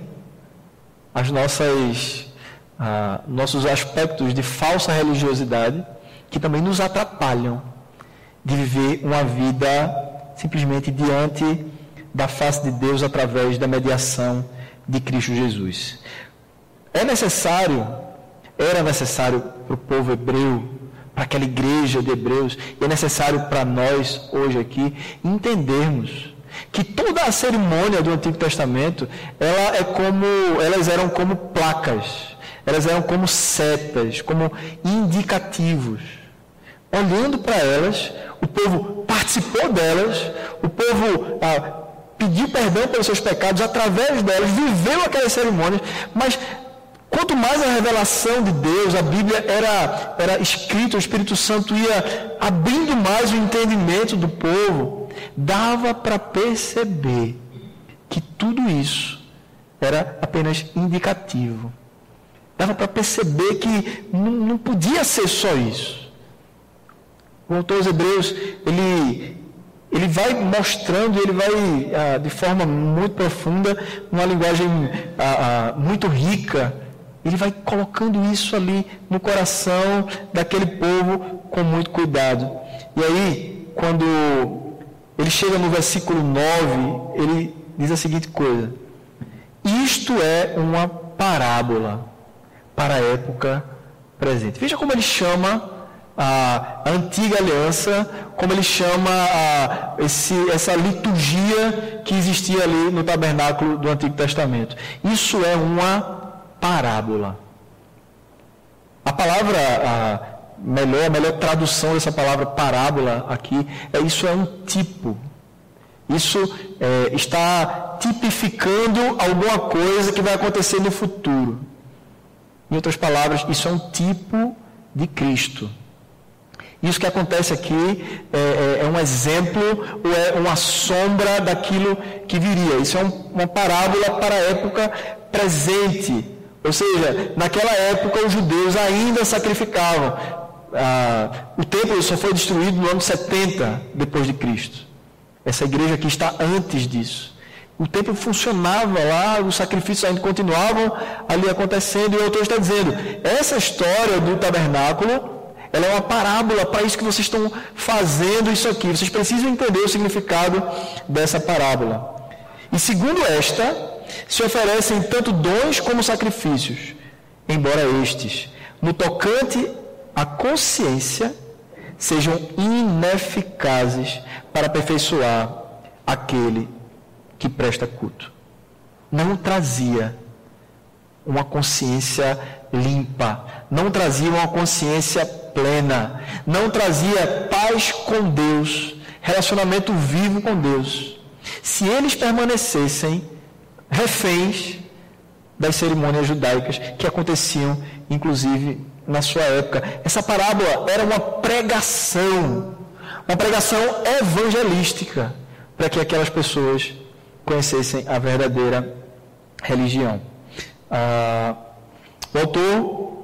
nossos aspectos de falsa religiosidade que também nos atrapalham de viver uma vida simplesmente diante da face de Deus através da mediação de Cristo Jesus. Era necessário para o povo hebreu, para aquela igreja de Hebreus, e é necessário para nós hoje aqui entendermos que toda a cerimônia do Antigo Testamento, elas eram como placas, elas eram como setas, como indicativos. Olhando para elas, o povo participou delas, o povo pediu perdão pelos seus pecados através delas, viveu aquelas cerimônias, mas quanto mais a revelação de Deus, a Bíblia era escrita, o Espírito Santo ia abrindo mais o entendimento do povo, dava para perceber que tudo isso era apenas indicativo. Dava para perceber que não podia ser só isso. O autor aos Hebreus, ele vai mostrando, ele vai de forma muito profunda, numa linguagem muito rica, ele vai colocando isso ali no coração daquele povo com muito cuidado. E aí, quando ele chega no versículo 9, ele diz a seguinte coisa: isto é uma parábola para a época presente. Veja como ele chama a antiga aliança, como ele chama essa liturgia que existia ali no tabernáculo do Antigo Testamento. Isso é uma parábola. A palavra, a melhor tradução dessa palavra parábola aqui, isso é um tipo. Isso está tipificando alguma coisa que vai acontecer no futuro. Em outras palavras, isso é um tipo de Cristo. Isso que acontece aqui é um exemplo ou é uma sombra daquilo que viria. Isso é uma parábola para a época presente. Ou seja, naquela época os judeus ainda sacrificavam. O templo só foi destruído no ano 70 depois de Cristo. Essa igreja aqui está antes disso. O templo funcionava lá, os sacrifícios ainda continuavam ali acontecendo, e o autor está dizendo, essa história do tabernáculo, ela é uma parábola para isso que vocês estão fazendo isso aqui. Vocês precisam entender o significado dessa parábola. E segundo esta, se oferecem tanto dons como sacrifícios, embora estes, no tocante à consciência, sejam ineficazes para aperfeiçoar aquele que presta culto. Não trazia uma consciência limpa, não trazia uma consciência plena, não trazia paz com Deus, relacionamento vivo com Deus, se eles permanecessem reféns das cerimônias judaicas que aconteciam, inclusive, na sua época. Essa parábola era uma pregação evangelística, para que aquelas pessoas conhecessem a verdadeira religião. O autor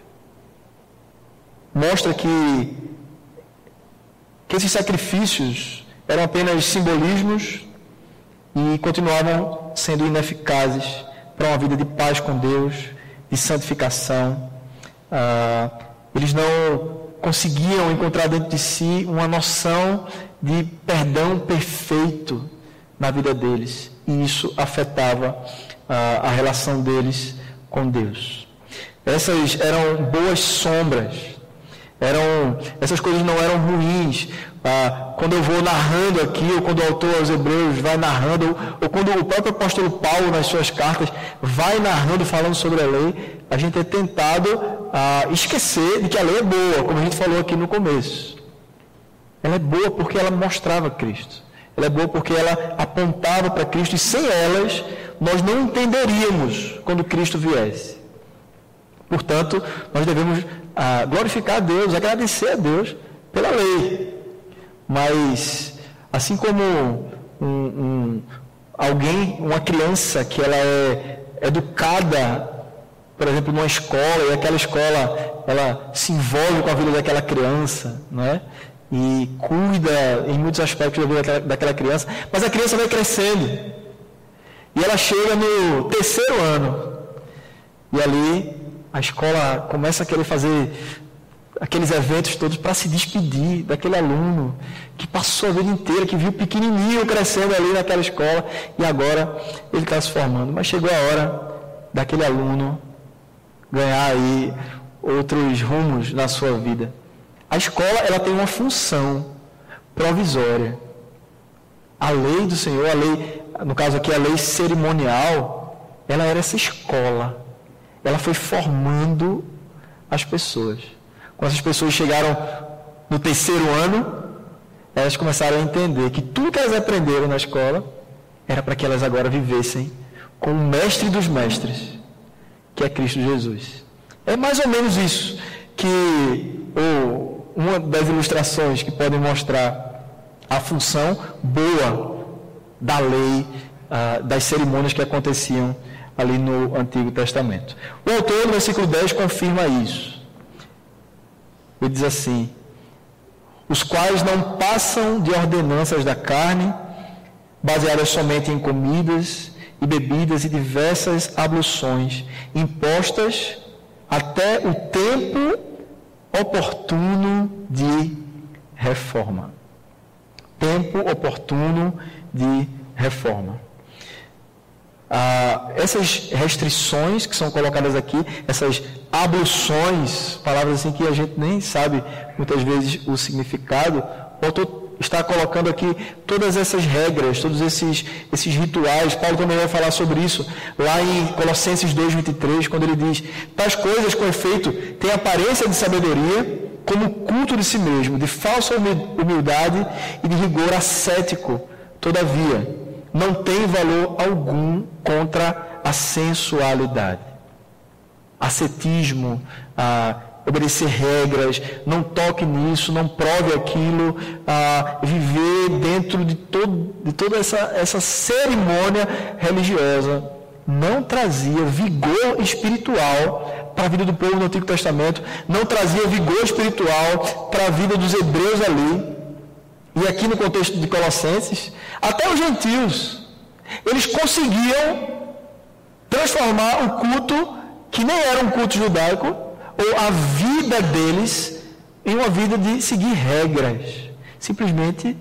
mostra que esses sacrifícios eram apenas simbolismos e continuavam sendo ineficazes para uma vida de paz com Deus, de santificação. Eles não conseguiam encontrar dentro de si uma noção de perdão perfeito na vida deles, e isso afetava a relação deles com Deus. Essas eram boas sombras, essas coisas não eram ruins. Quando eu vou narrando aqui, ou quando o autor aos Hebreus vai narrando, ou quando o próprio apóstolo Paulo, nas suas cartas, vai narrando, falando sobre a lei, a gente é tentado a esquecer de que a lei é boa, como a gente falou aqui no começo. Ela é boa porque ela mostrava Cristo. Ela é boa porque ela apontava para Cristo, e sem elas, nós não entenderíamos quando Cristo viesse. Portanto, nós devemos glorificar a Deus, agradecer a Deus pela lei. Mas, assim como uma criança que ela é educada, por exemplo, numa escola, e aquela escola, ela se envolve com a vida daquela criança, não é? E cuida em muitos aspectos da vida daquela criança, mas a criança vai crescendo, e ela chega no 3º ano, e ali a escola começa a querer fazer aqueles eventos todos para se despedir daquele aluno que passou a vida inteira, que viu pequenininho crescendo ali naquela escola, e agora ele está se formando. Mas chegou a hora daquele aluno ganhar aí outros rumos na sua vida. A escola, ela tem uma função provisória. A lei do Senhor, a lei, no caso aqui a lei cerimonial, ela era essa escola. Ela foi formando as pessoas. Quando essas pessoas chegaram no 3º ano, elas começaram a entender que tudo que elas aprenderam na escola era para que elas agora vivessem com o mestre dos mestres, que é Cristo Jesus. É mais ou menos isso que, uma das ilustrações que podem mostrar a função boa da lei, das cerimônias que aconteciam ali no Antigo Testamento. O autor, no versículo 10, confirma isso. Ele diz assim: os quais não passam de ordenanças da carne, baseadas somente em comidas e bebidas e diversas abluções, impostas até o tempo oportuno de reforma. Tempo oportuno de reforma. Essas restrições que são colocadas aqui, essas abluções, palavras assim que a gente nem sabe muitas vezes o significado, o autor está colocando aqui todas essas regras, todos esses rituais. Paulo também vai falar sobre isso lá em Colossenses 2:23, quando ele diz: tais coisas, com efeito, têm aparência de sabedoria, como culto de si mesmo, de falsa humildade e de rigor ascético. Todavia, não tem valor algum contra a sensualidade. Ascetismo, obedecer regras, não toque nisso, não prove aquilo, viver dentro de toda essa cerimônia religiosa, não trazia vigor espiritual para a vida do povo no Antigo Testamento, não trazia vigor espiritual para a vida dos hebreus ali. E aqui no contexto de Colossenses, até os gentios, eles conseguiam transformar o culto, que nem era um culto judaico, ou a vida deles, em uma vida de seguir regras. Simplesmente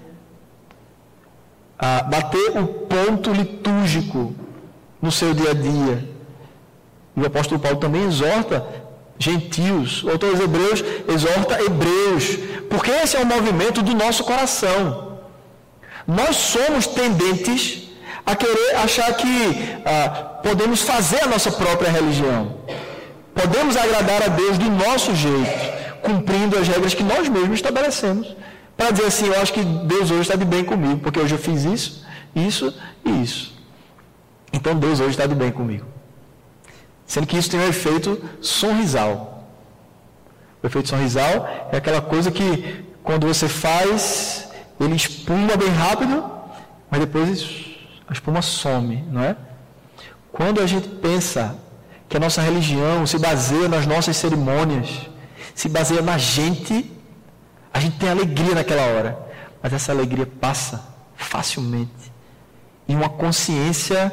bater o ponto litúrgico no seu dia a dia. E o apóstolo Paulo também exorta gentios, ou todos os hebreus, exorta hebreus, porque esse é o movimento do nosso coração. Nós somos tendentes a querer achar que podemos fazer a nossa própria religião, podemos agradar a Deus do nosso jeito, cumprindo as regras que nós mesmos estabelecemos, para dizer assim: eu acho que Deus hoje está de bem comigo, porque hoje eu fiz isso, isso e isso, então Deus hoje está de bem comigo. Sendo que isso tem um efeito sonrisal. O efeito sonrisal é aquela coisa que, quando você faz, ele espuma bem rápido, mas depois a espuma some, não é? Quando a gente pensa que a nossa religião se baseia nas nossas cerimônias, se baseia na gente, a gente tem alegria naquela hora, mas essa alegria passa facilmente. E uma consciência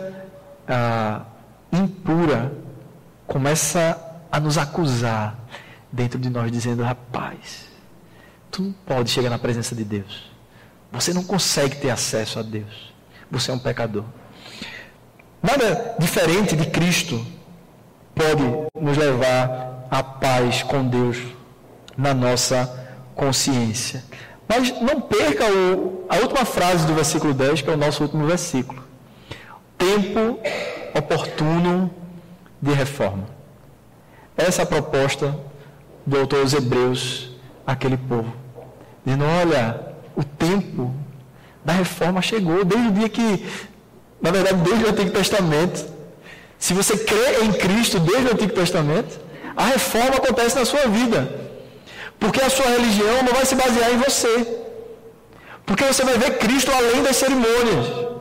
impura começa a nos acusar dentro de nós, dizendo: rapaz, tu não pode chegar na presença de Deus, você não consegue ter acesso a Deus, você é um pecador. Nada diferente de Cristo pode nos levar à paz com Deus na nossa consciência. Mas não perca a última frase do versículo 10, que é o nosso último versículo: tempo oportuno de reforma. Essa é a proposta do autor aos Hebreus àquele povo, dizendo: olha, o tempo da reforma chegou, desde o dia que, na verdade, desde o Antigo Testamento. Se você crê em Cristo desde o Antigo Testamento, a reforma acontece na sua vida, porque a sua religião não vai se basear em você, porque você vai ver Cristo além das cerimônias.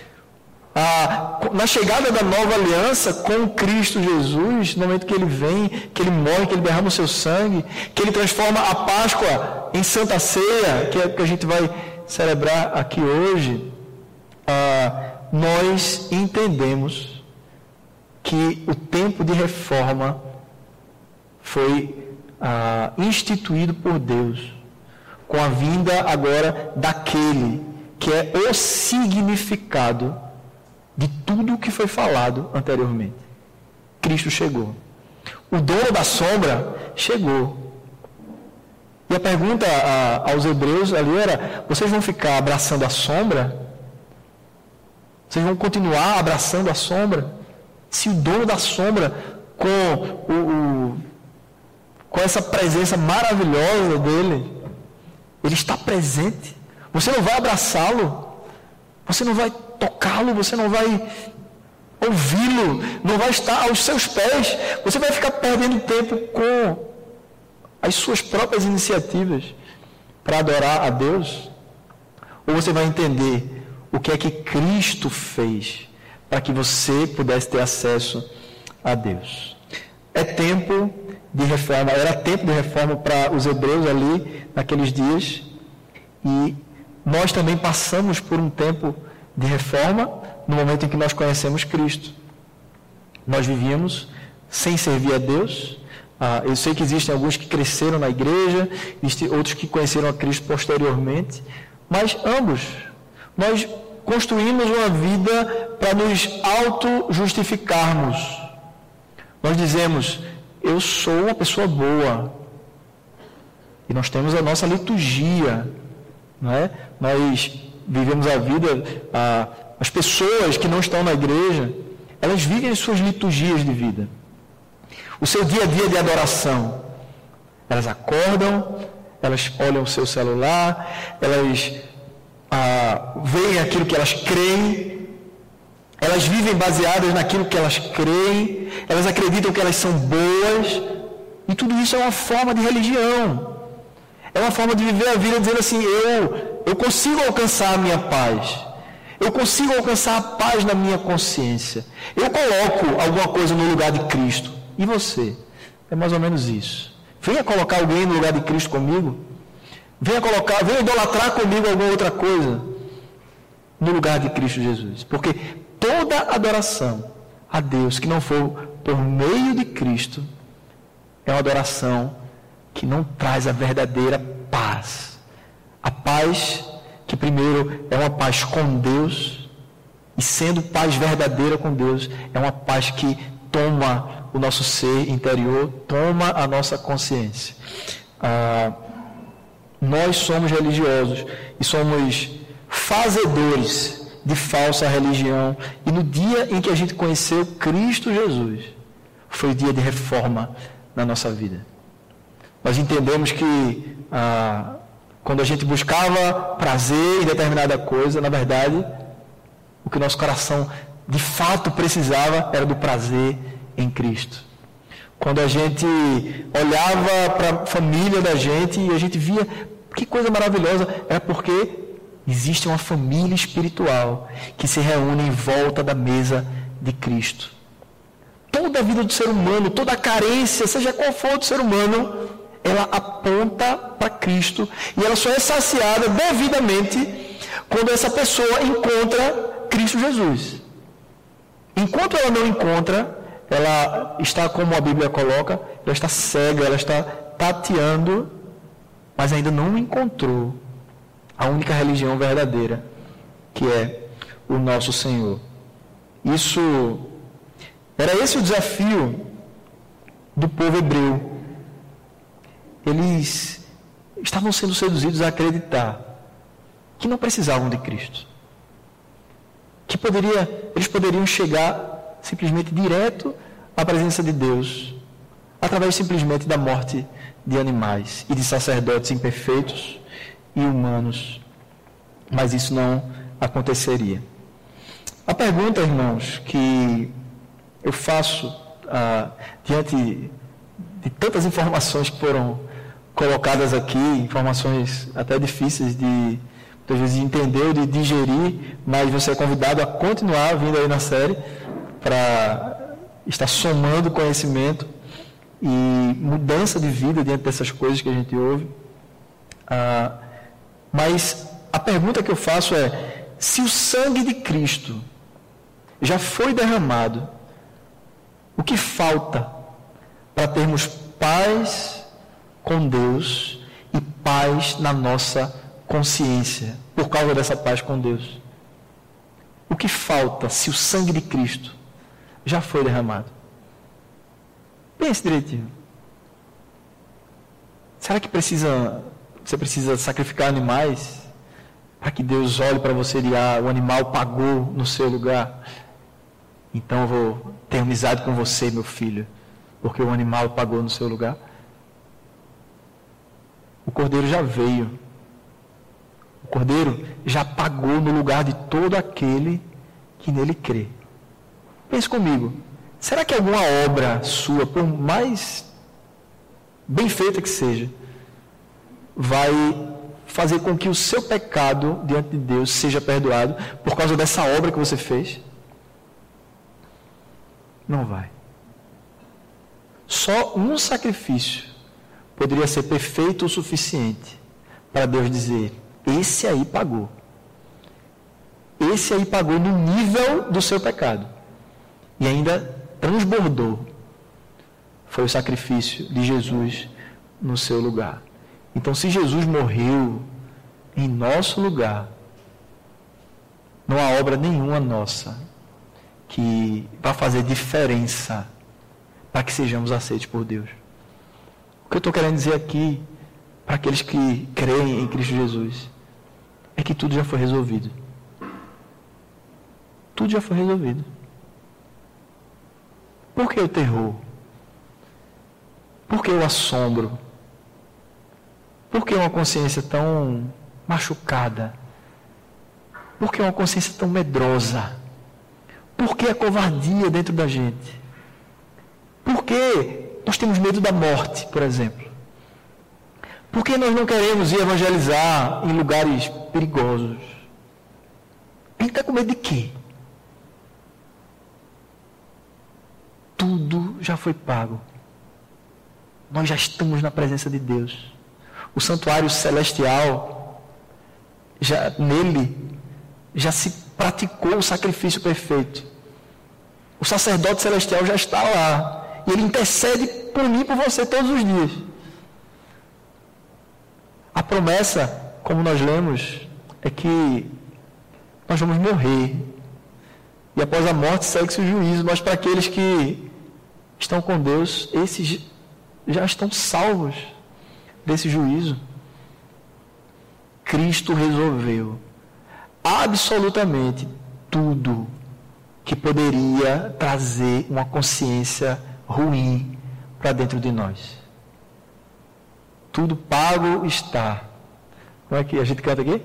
Na chegada da nova aliança com Cristo Jesus, no momento que Ele vem, que Ele morre, que Ele derrama o seu sangue, que Ele transforma a Páscoa em Santa Ceia, que é o que a gente vai celebrar aqui hoje, nós entendemos que o tempo de reforma foi instituído por Deus, com a vinda agora daquele que é o significado de tudo o que foi falado anteriormente. Cristo chegou. O dono da sombra chegou. E a pergunta aos hebreus ali era: vocês vão ficar abraçando a sombra Vocês vão continuar abraçando a sombra? Se o dono da sombra, com essa presença maravilhosa dele, ele está presente, você não vai abraçá-lo, você não vai tocá-lo, você não vai ouvi-lo, não vai estar aos seus pés, você vai ficar perdendo tempo com as suas próprias iniciativas para adorar a Deus? Ou você vai entender o que é que Cristo fez para que você pudesse ter acesso a Deus? É tempo de reforma, era tempo de reforma para os hebreus ali naqueles dias, e nós também passamos por um tempo de reforma no momento em que nós conhecemos Cristo. Nós vivíamos sem servir a Deus. Eu sei que existem alguns que cresceram na igreja, existem outros que conheceram a Cristo posteriormente, mas ambos, nós construímos uma vida para nos auto-justificarmos. Nós dizemos, eu sou uma pessoa boa. E nós temos a nossa liturgia, não é? Nós vivemos a vida, as pessoas que não estão na igreja, elas vivem as suas liturgias de vida. O seu dia a dia de adoração. Elas acordam, elas olham o seu celular, elas veem aquilo que elas creem, elas vivem baseadas naquilo que elas creem, elas acreditam que elas são boas, e tudo isso é uma forma de religião. É uma forma de viver a vida dizendo assim, eu consigo alcançar a minha paz. Eu consigo alcançar a paz na minha consciência. Eu coloco alguma coisa no lugar de Cristo. E você? É mais ou menos isso. Venha colocar alguém no lugar de Cristo comigo. Venha idolatrar comigo alguma outra coisa no lugar de Cristo Jesus. Porque toda adoração a Deus que não for por meio de Cristo é uma adoração que não traz a verdadeira paz. A paz que primeiro é uma paz com Deus, e sendo paz verdadeira com Deus, é uma paz que toma o nosso ser interior, toma a nossa consciência. Nós somos religiosos e somos fazedores de falsa religião, e no dia em que a gente conheceu Cristo Jesus, foi o dia de reforma na nossa vida. Nós entendemos que quando a gente buscava prazer em determinada coisa, na verdade, o que nosso coração de fato precisava era do prazer em Cristo. Quando a gente olhava para a família da gente e a gente via que coisa maravilhosa, era porque existe uma família espiritual que se reúne em volta da mesa de Cristo. Toda a vida do ser humano, toda a carência, seja qual for do ser humano, ela aponta para Cristo, e ela só é saciada devidamente quando essa pessoa encontra Cristo Jesus. Enquanto ela não encontra, ela está, como a Bíblia coloca, ela está cega, ela está tateando, mas ainda não encontrou a única religião verdadeira, que é o nosso Senhor. Era esse o desafio do povo hebreu. Eles estavam sendo seduzidos a acreditar que não precisavam de Cristo. Que eles poderiam chegar simplesmente direto à presença de Deus, através simplesmente da morte de animais e de sacerdotes imperfeitos e humanos. Mas isso não aconteceria. A pergunta, irmãos, que eu faço diante de tantas informações que foram colocadas aqui, informações até difíceis de, muitas vezes, entender ou de digerir, mas você é convidado a continuar vindo aí na série para estar somando conhecimento e mudança de vida diante dessas coisas que a gente ouve. Mas a pergunta que eu faço é: se o sangue de Cristo já foi derramado, o que falta para termos paz com Deus e paz na nossa consciência, por causa dessa paz com Deus? O que falta se o sangue de Cristo já foi derramado? Pense direitinho. Será que você precisa sacrificar animais para que Deus olhe para você e diga, o animal pagou no seu lugar. Então eu vou ter amizade com você, meu filho, porque o animal pagou no seu lugar. O Cordeiro já veio. O Cordeiro já pagou no lugar de todo aquele que nele crê. Pense comigo. Será que alguma obra sua, por mais bem feita que seja, vai fazer com que o seu pecado diante de Deus seja perdoado por causa dessa obra que você fez? Não vai. Só um sacrifício poderia ser perfeito o suficiente para Deus dizer, esse aí pagou. Esse aí pagou no nível do seu pecado. E ainda transbordou. Foi o sacrifício de Jesus no seu lugar. Então, se Jesus morreu em nosso lugar, não há obra nenhuma nossa que vá fazer diferença para que sejamos aceitos por Deus. O que eu estou querendo dizer aqui, para aqueles que creem em Cristo Jesus, é que tudo já foi resolvido. Tudo já foi resolvido. Por que o terror? Por que o assombro? Por que uma consciência tão machucada? Por que uma consciência tão medrosa? Por que a covardia dentro da gente? Por que nós temos medo da morte, por exemplo? Por que nós não queremos ir evangelizar em lugares perigosos? A gente está com medo de quê? Tudo já foi pago. Nós já estamos na presença de Deus. O santuário celestial, nele já se praticou o sacrifício perfeito. O sacerdote celestial já está lá. E ele intercede por mim e por você todos os dias. A promessa, como nós lemos, é que nós vamos morrer. E após a morte segue-se o juízo. Mas para aqueles que estão com Deus, esses já estão salvos desse juízo. Cristo resolveu absolutamente tudo que poderia trazer uma consciência ruim para dentro de nós. Tudo pago está. Como é que a gente canta aqui?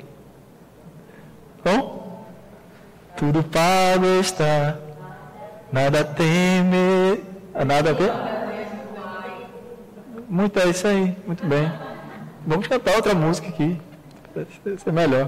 Bom? Tudo pago está. Nada teme. Nada tem? Muito é isso aí. Muito bem. Vamos cantar outra música aqui. Vai ser melhor.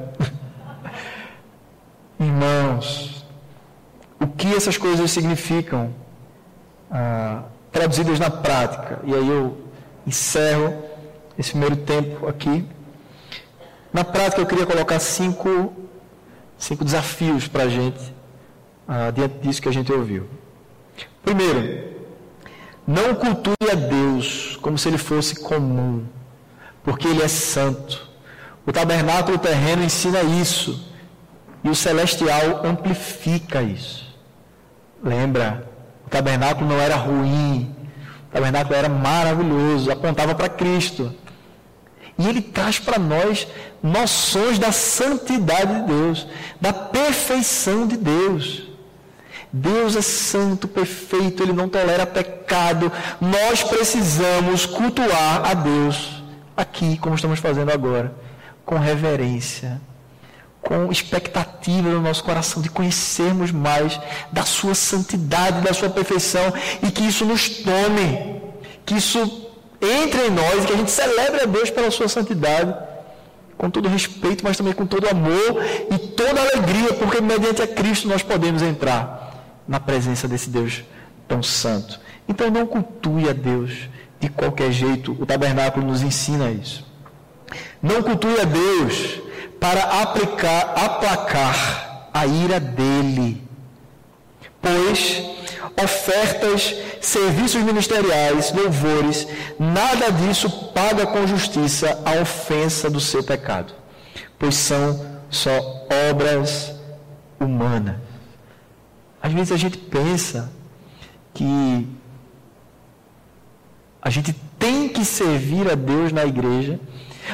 Irmãos, o que essas coisas significam traduzidas na prática? E aí eu encerro esse primeiro tempo aqui. Na prática eu queria colocar cinco desafios para a gente diante disso que a gente ouviu. Primeiro, não cultue a Deus como se Ele fosse comum, porque Ele é santo. O tabernáculo terreno ensina isso, e o celestial amplifica isso. Lembra, o tabernáculo não era ruim, o tabernáculo era maravilhoso, apontava para Cristo. E Ele traz para nós noções da santidade de Deus, da perfeição de Deus. Deus é santo, perfeito, Ele não tolera pecado. Nós precisamos cultuar a Deus aqui, como estamos fazendo agora, com reverência, com expectativa no nosso coração de conhecermos mais da sua santidade, da sua perfeição, e que isso nos tome, que isso entre em nós, e que a gente celebre a Deus pela sua santidade, com todo respeito, mas também com todo amor e toda alegria, porque mediante a Cristo nós podemos entrar na presença desse Deus tão santo. Então não cultue a Deus de qualquer jeito. O tabernáculo nos ensina isso. Não cultue a Deus para aplacar a ira dele, pois ofertas, serviços ministeriais, louvores, nada disso paga com justiça a ofensa do seu pecado, pois são só obras humanas. Às vezes a gente pensa que a gente tem que servir a Deus na igreja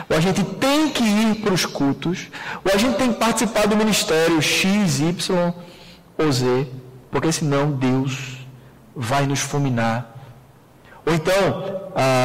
ou a gente tem que ir para os cultos, ou a gente tem que participar do ministério X, Y ou Z, porque senão Deus vai nos fulminar. Ou então,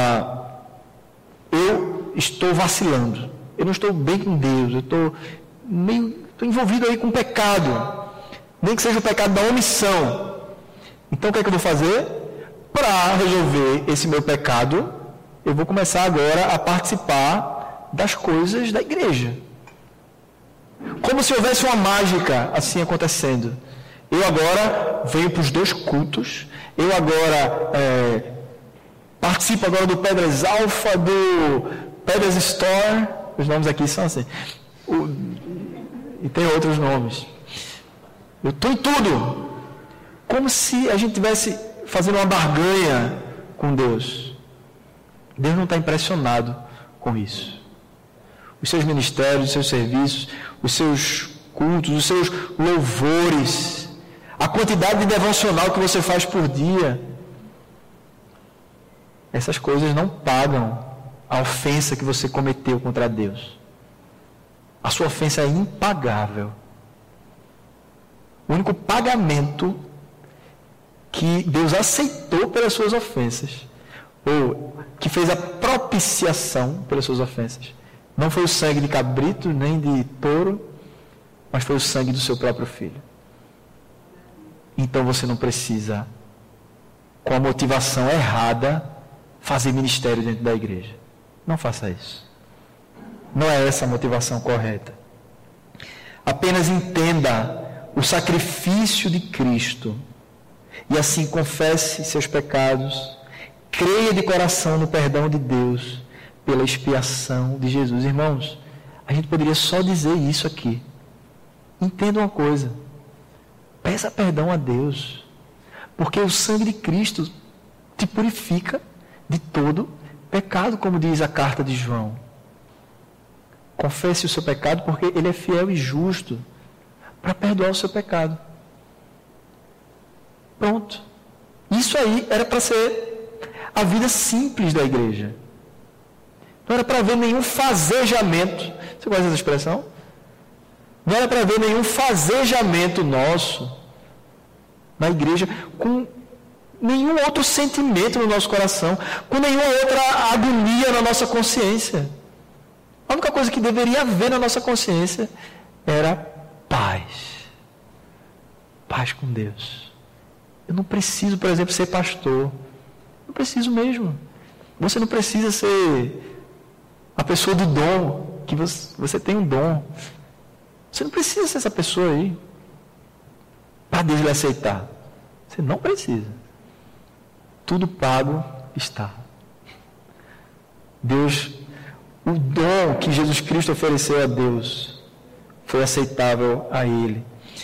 eu estou vacilando, eu não estou bem com Deus, eu estou envolvido aí com pecado, nem que seja o pecado da omissão. Então o que é que eu vou fazer? Para resolver esse meu pecado, eu vou começar agora a participar das coisas da igreja. Como se houvesse uma mágica assim acontecendo. Eu agora venho para os 2 cultos, eu agora participo agora do Pedras Alpha, do Pedras Store, os nomes aqui são assim, e tem outros nomes. Eu estou em tudo, como se a gente estivesse fazendo uma barganha com Deus. Deus não está impressionado com isso. Os seus ministérios, os seus serviços, os seus cultos, os seus louvores, a quantidade de devocional que você faz por dia, essas coisas não pagam a ofensa que você cometeu contra Deus. A sua ofensa é impagável. O único pagamento que Deus aceitou pelas suas ofensas, ou que fez a propiciação pelas suas ofensas, não foi o sangue de cabrito, nem de touro, mas foi o sangue do seu próprio filho. Então você não precisa, com a motivação errada, fazer ministério dentro da igreja. Não faça isso. Não é essa a motivação correta. Apenas entenda o sacrifício de Cristo e assim confesse seus pecados, creia de coração no perdão de Deus pela expiação de Jesus. Irmãos, a gente poderia só dizer isso aqui. Entenda uma coisa. Peça perdão a Deus, porque o sangue de Cristo te purifica de todo pecado, como diz a carta de João. Confesse o seu pecado, porque Ele é fiel e justo para perdoar o seu pecado. Pronto. Isso aí era para ser a vida simples da igreja. Não era para ver nenhum fazejamento. Você conhece essa expressão? Não era para ver nenhum fazejamento nosso na igreja, com nenhum outro sentimento no nosso coração, com nenhuma outra agonia na nossa consciência. A única coisa que deveria haver na nossa consciência era paz. Paz com Deus. Eu não preciso, por exemplo, ser pastor. Não preciso mesmo. Você não precisa ser a pessoa do dom, que você tem um dom. Você não precisa ser essa pessoa aí para Deus lhe aceitar. Você não precisa. Tudo pago está. Deus, o dom que Jesus Cristo ofereceu a Deus foi aceitável a Ele.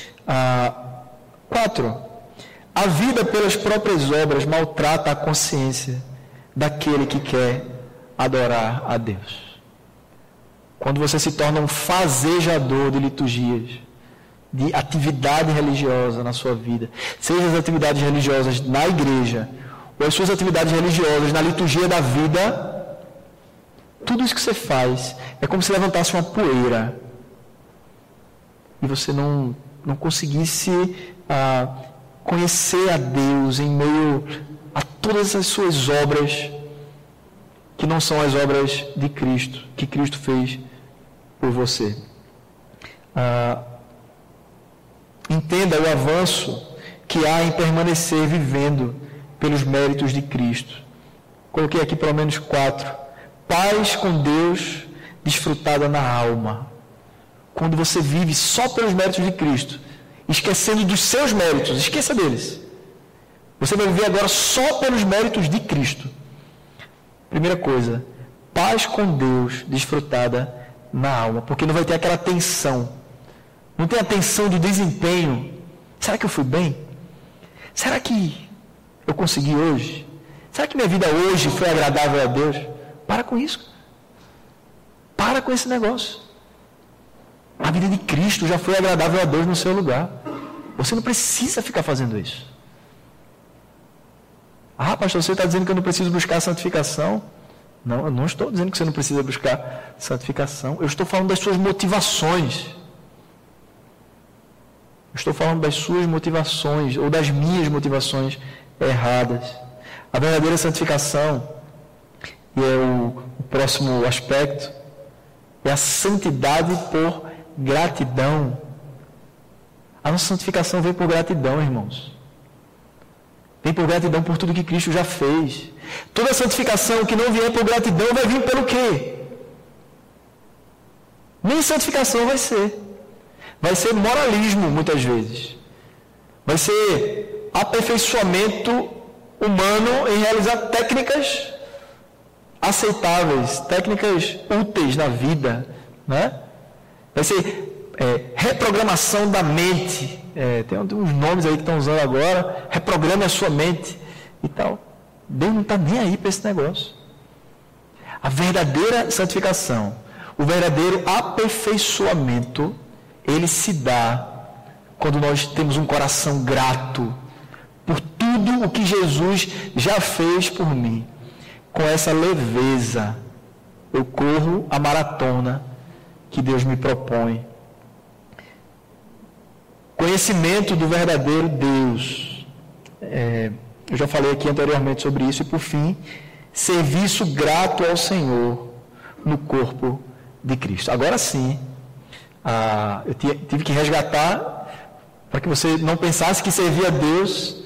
4. A vida pelas próprias obras maltrata a consciência daquele que quer adorar a Deus. Quando você se torna um fazejador de liturgias, de atividade religiosa na sua vida, seja as atividades religiosas na igreja, ou as suas atividades religiosas na liturgia da vida, tudo isso que você faz é como se levantasse uma poeira e você não conseguisse conhecer a Deus em meio a todas as suas obras que não são as obras de Cristo, que Cristo fez por você. Entenda o avanço que há em permanecer vivendo pelos méritos de Cristo. Coloquei aqui pelo menos 4. Paz com Deus desfrutada na alma. Quando você vive só pelos méritos de Cristo, esquecendo dos seus méritos, esqueça deles. Você vai viver agora só pelos méritos de Cristo. Primeira coisa, paz com Deus desfrutada na alma, porque não vai ter aquela tensão. Não tem a tensão do desempenho. Será que eu fui bem? Será que eu consegui hoje? Será que minha vida hoje foi agradável a Deus? Para com isso. Para com esse negócio. A vida de Cristo já foi agradável a Deus no seu lugar. Você não precisa ficar fazendo isso. Pastor, você está dizendo que eu não preciso buscar a santificação? Não, eu não estou dizendo que você não precisa buscar santificação. Eu estou falando das suas motivações. Eu estou falando das suas motivações, ou das minhas motivações erradas. A verdadeira santificação, e é o próximo aspecto, é a santidade por gratidão. A nossa santificação vem por gratidão, irmãos. Vem por gratidão por tudo que Cristo já fez. Toda santificação que não vier por gratidão vai vir pelo quê? Nem santificação vai ser. Vai ser moralismo, muitas vezes. Vai ser aperfeiçoamento humano em realizar técnicas aceitáveis, técnicas úteis na vida, né? Vai ser reprogramação da mente. Tem uns nomes aí que estão usando agora. Reprograme a sua mente e tal. Deus não está nem aí para esse negócio. A verdadeira santificação, o verdadeiro aperfeiçoamento, ele se dá quando nós temos um coração grato por tudo o que Jesus já fez por mim. Com essa leveza, eu corro a maratona que Deus me propõe. Conhecimento do verdadeiro Deus. Eu já falei aqui anteriormente sobre isso. E por fim, serviço grato ao Senhor no corpo de Cristo. Agora sim, eu tive que resgatar para que você não pensasse que servir a Deus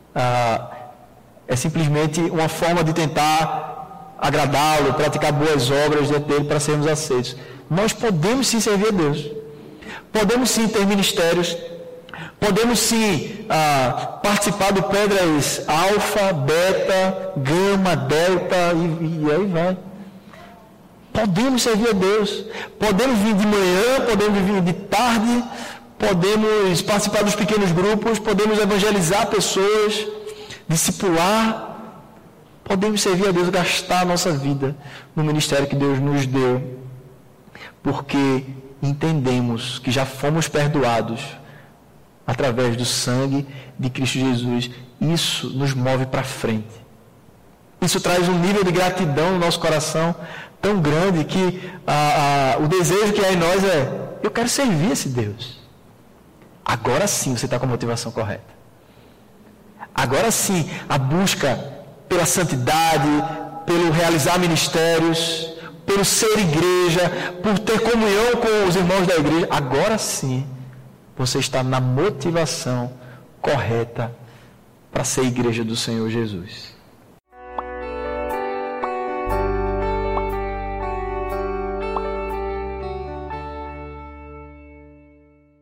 é simplesmente uma forma de tentar agradá-lo, praticar boas obras diante dele para sermos aceitos. Nós podemos sim servir a Deus. Podemos sim ter ministérios. Podemos sim participar do Pedras Alfa, Beta, Gama, Delta e aí vai. Podemos servir a Deus. Podemos vir de manhã, podemos vir de tarde, podemos participar dos pequenos grupos, podemos evangelizar pessoas, discipular. Podemos servir a Deus, gastar a nossa vida no ministério que Deus nos deu, porque entendemos que já fomos perdoados através do sangue de Cristo Jesus. Isso nos move para frente. Isso traz um nível de gratidão no nosso coração tão grande que o desejo que há em nós é: eu quero servir esse Deus. Agora sim você está com a motivação correta. Agora sim a busca pela santidade, pelo realizar ministérios, pelo ser igreja, por ter comunhão com os irmãos da igreja, agora sim você está na motivação correta para ser igreja do Senhor Jesus.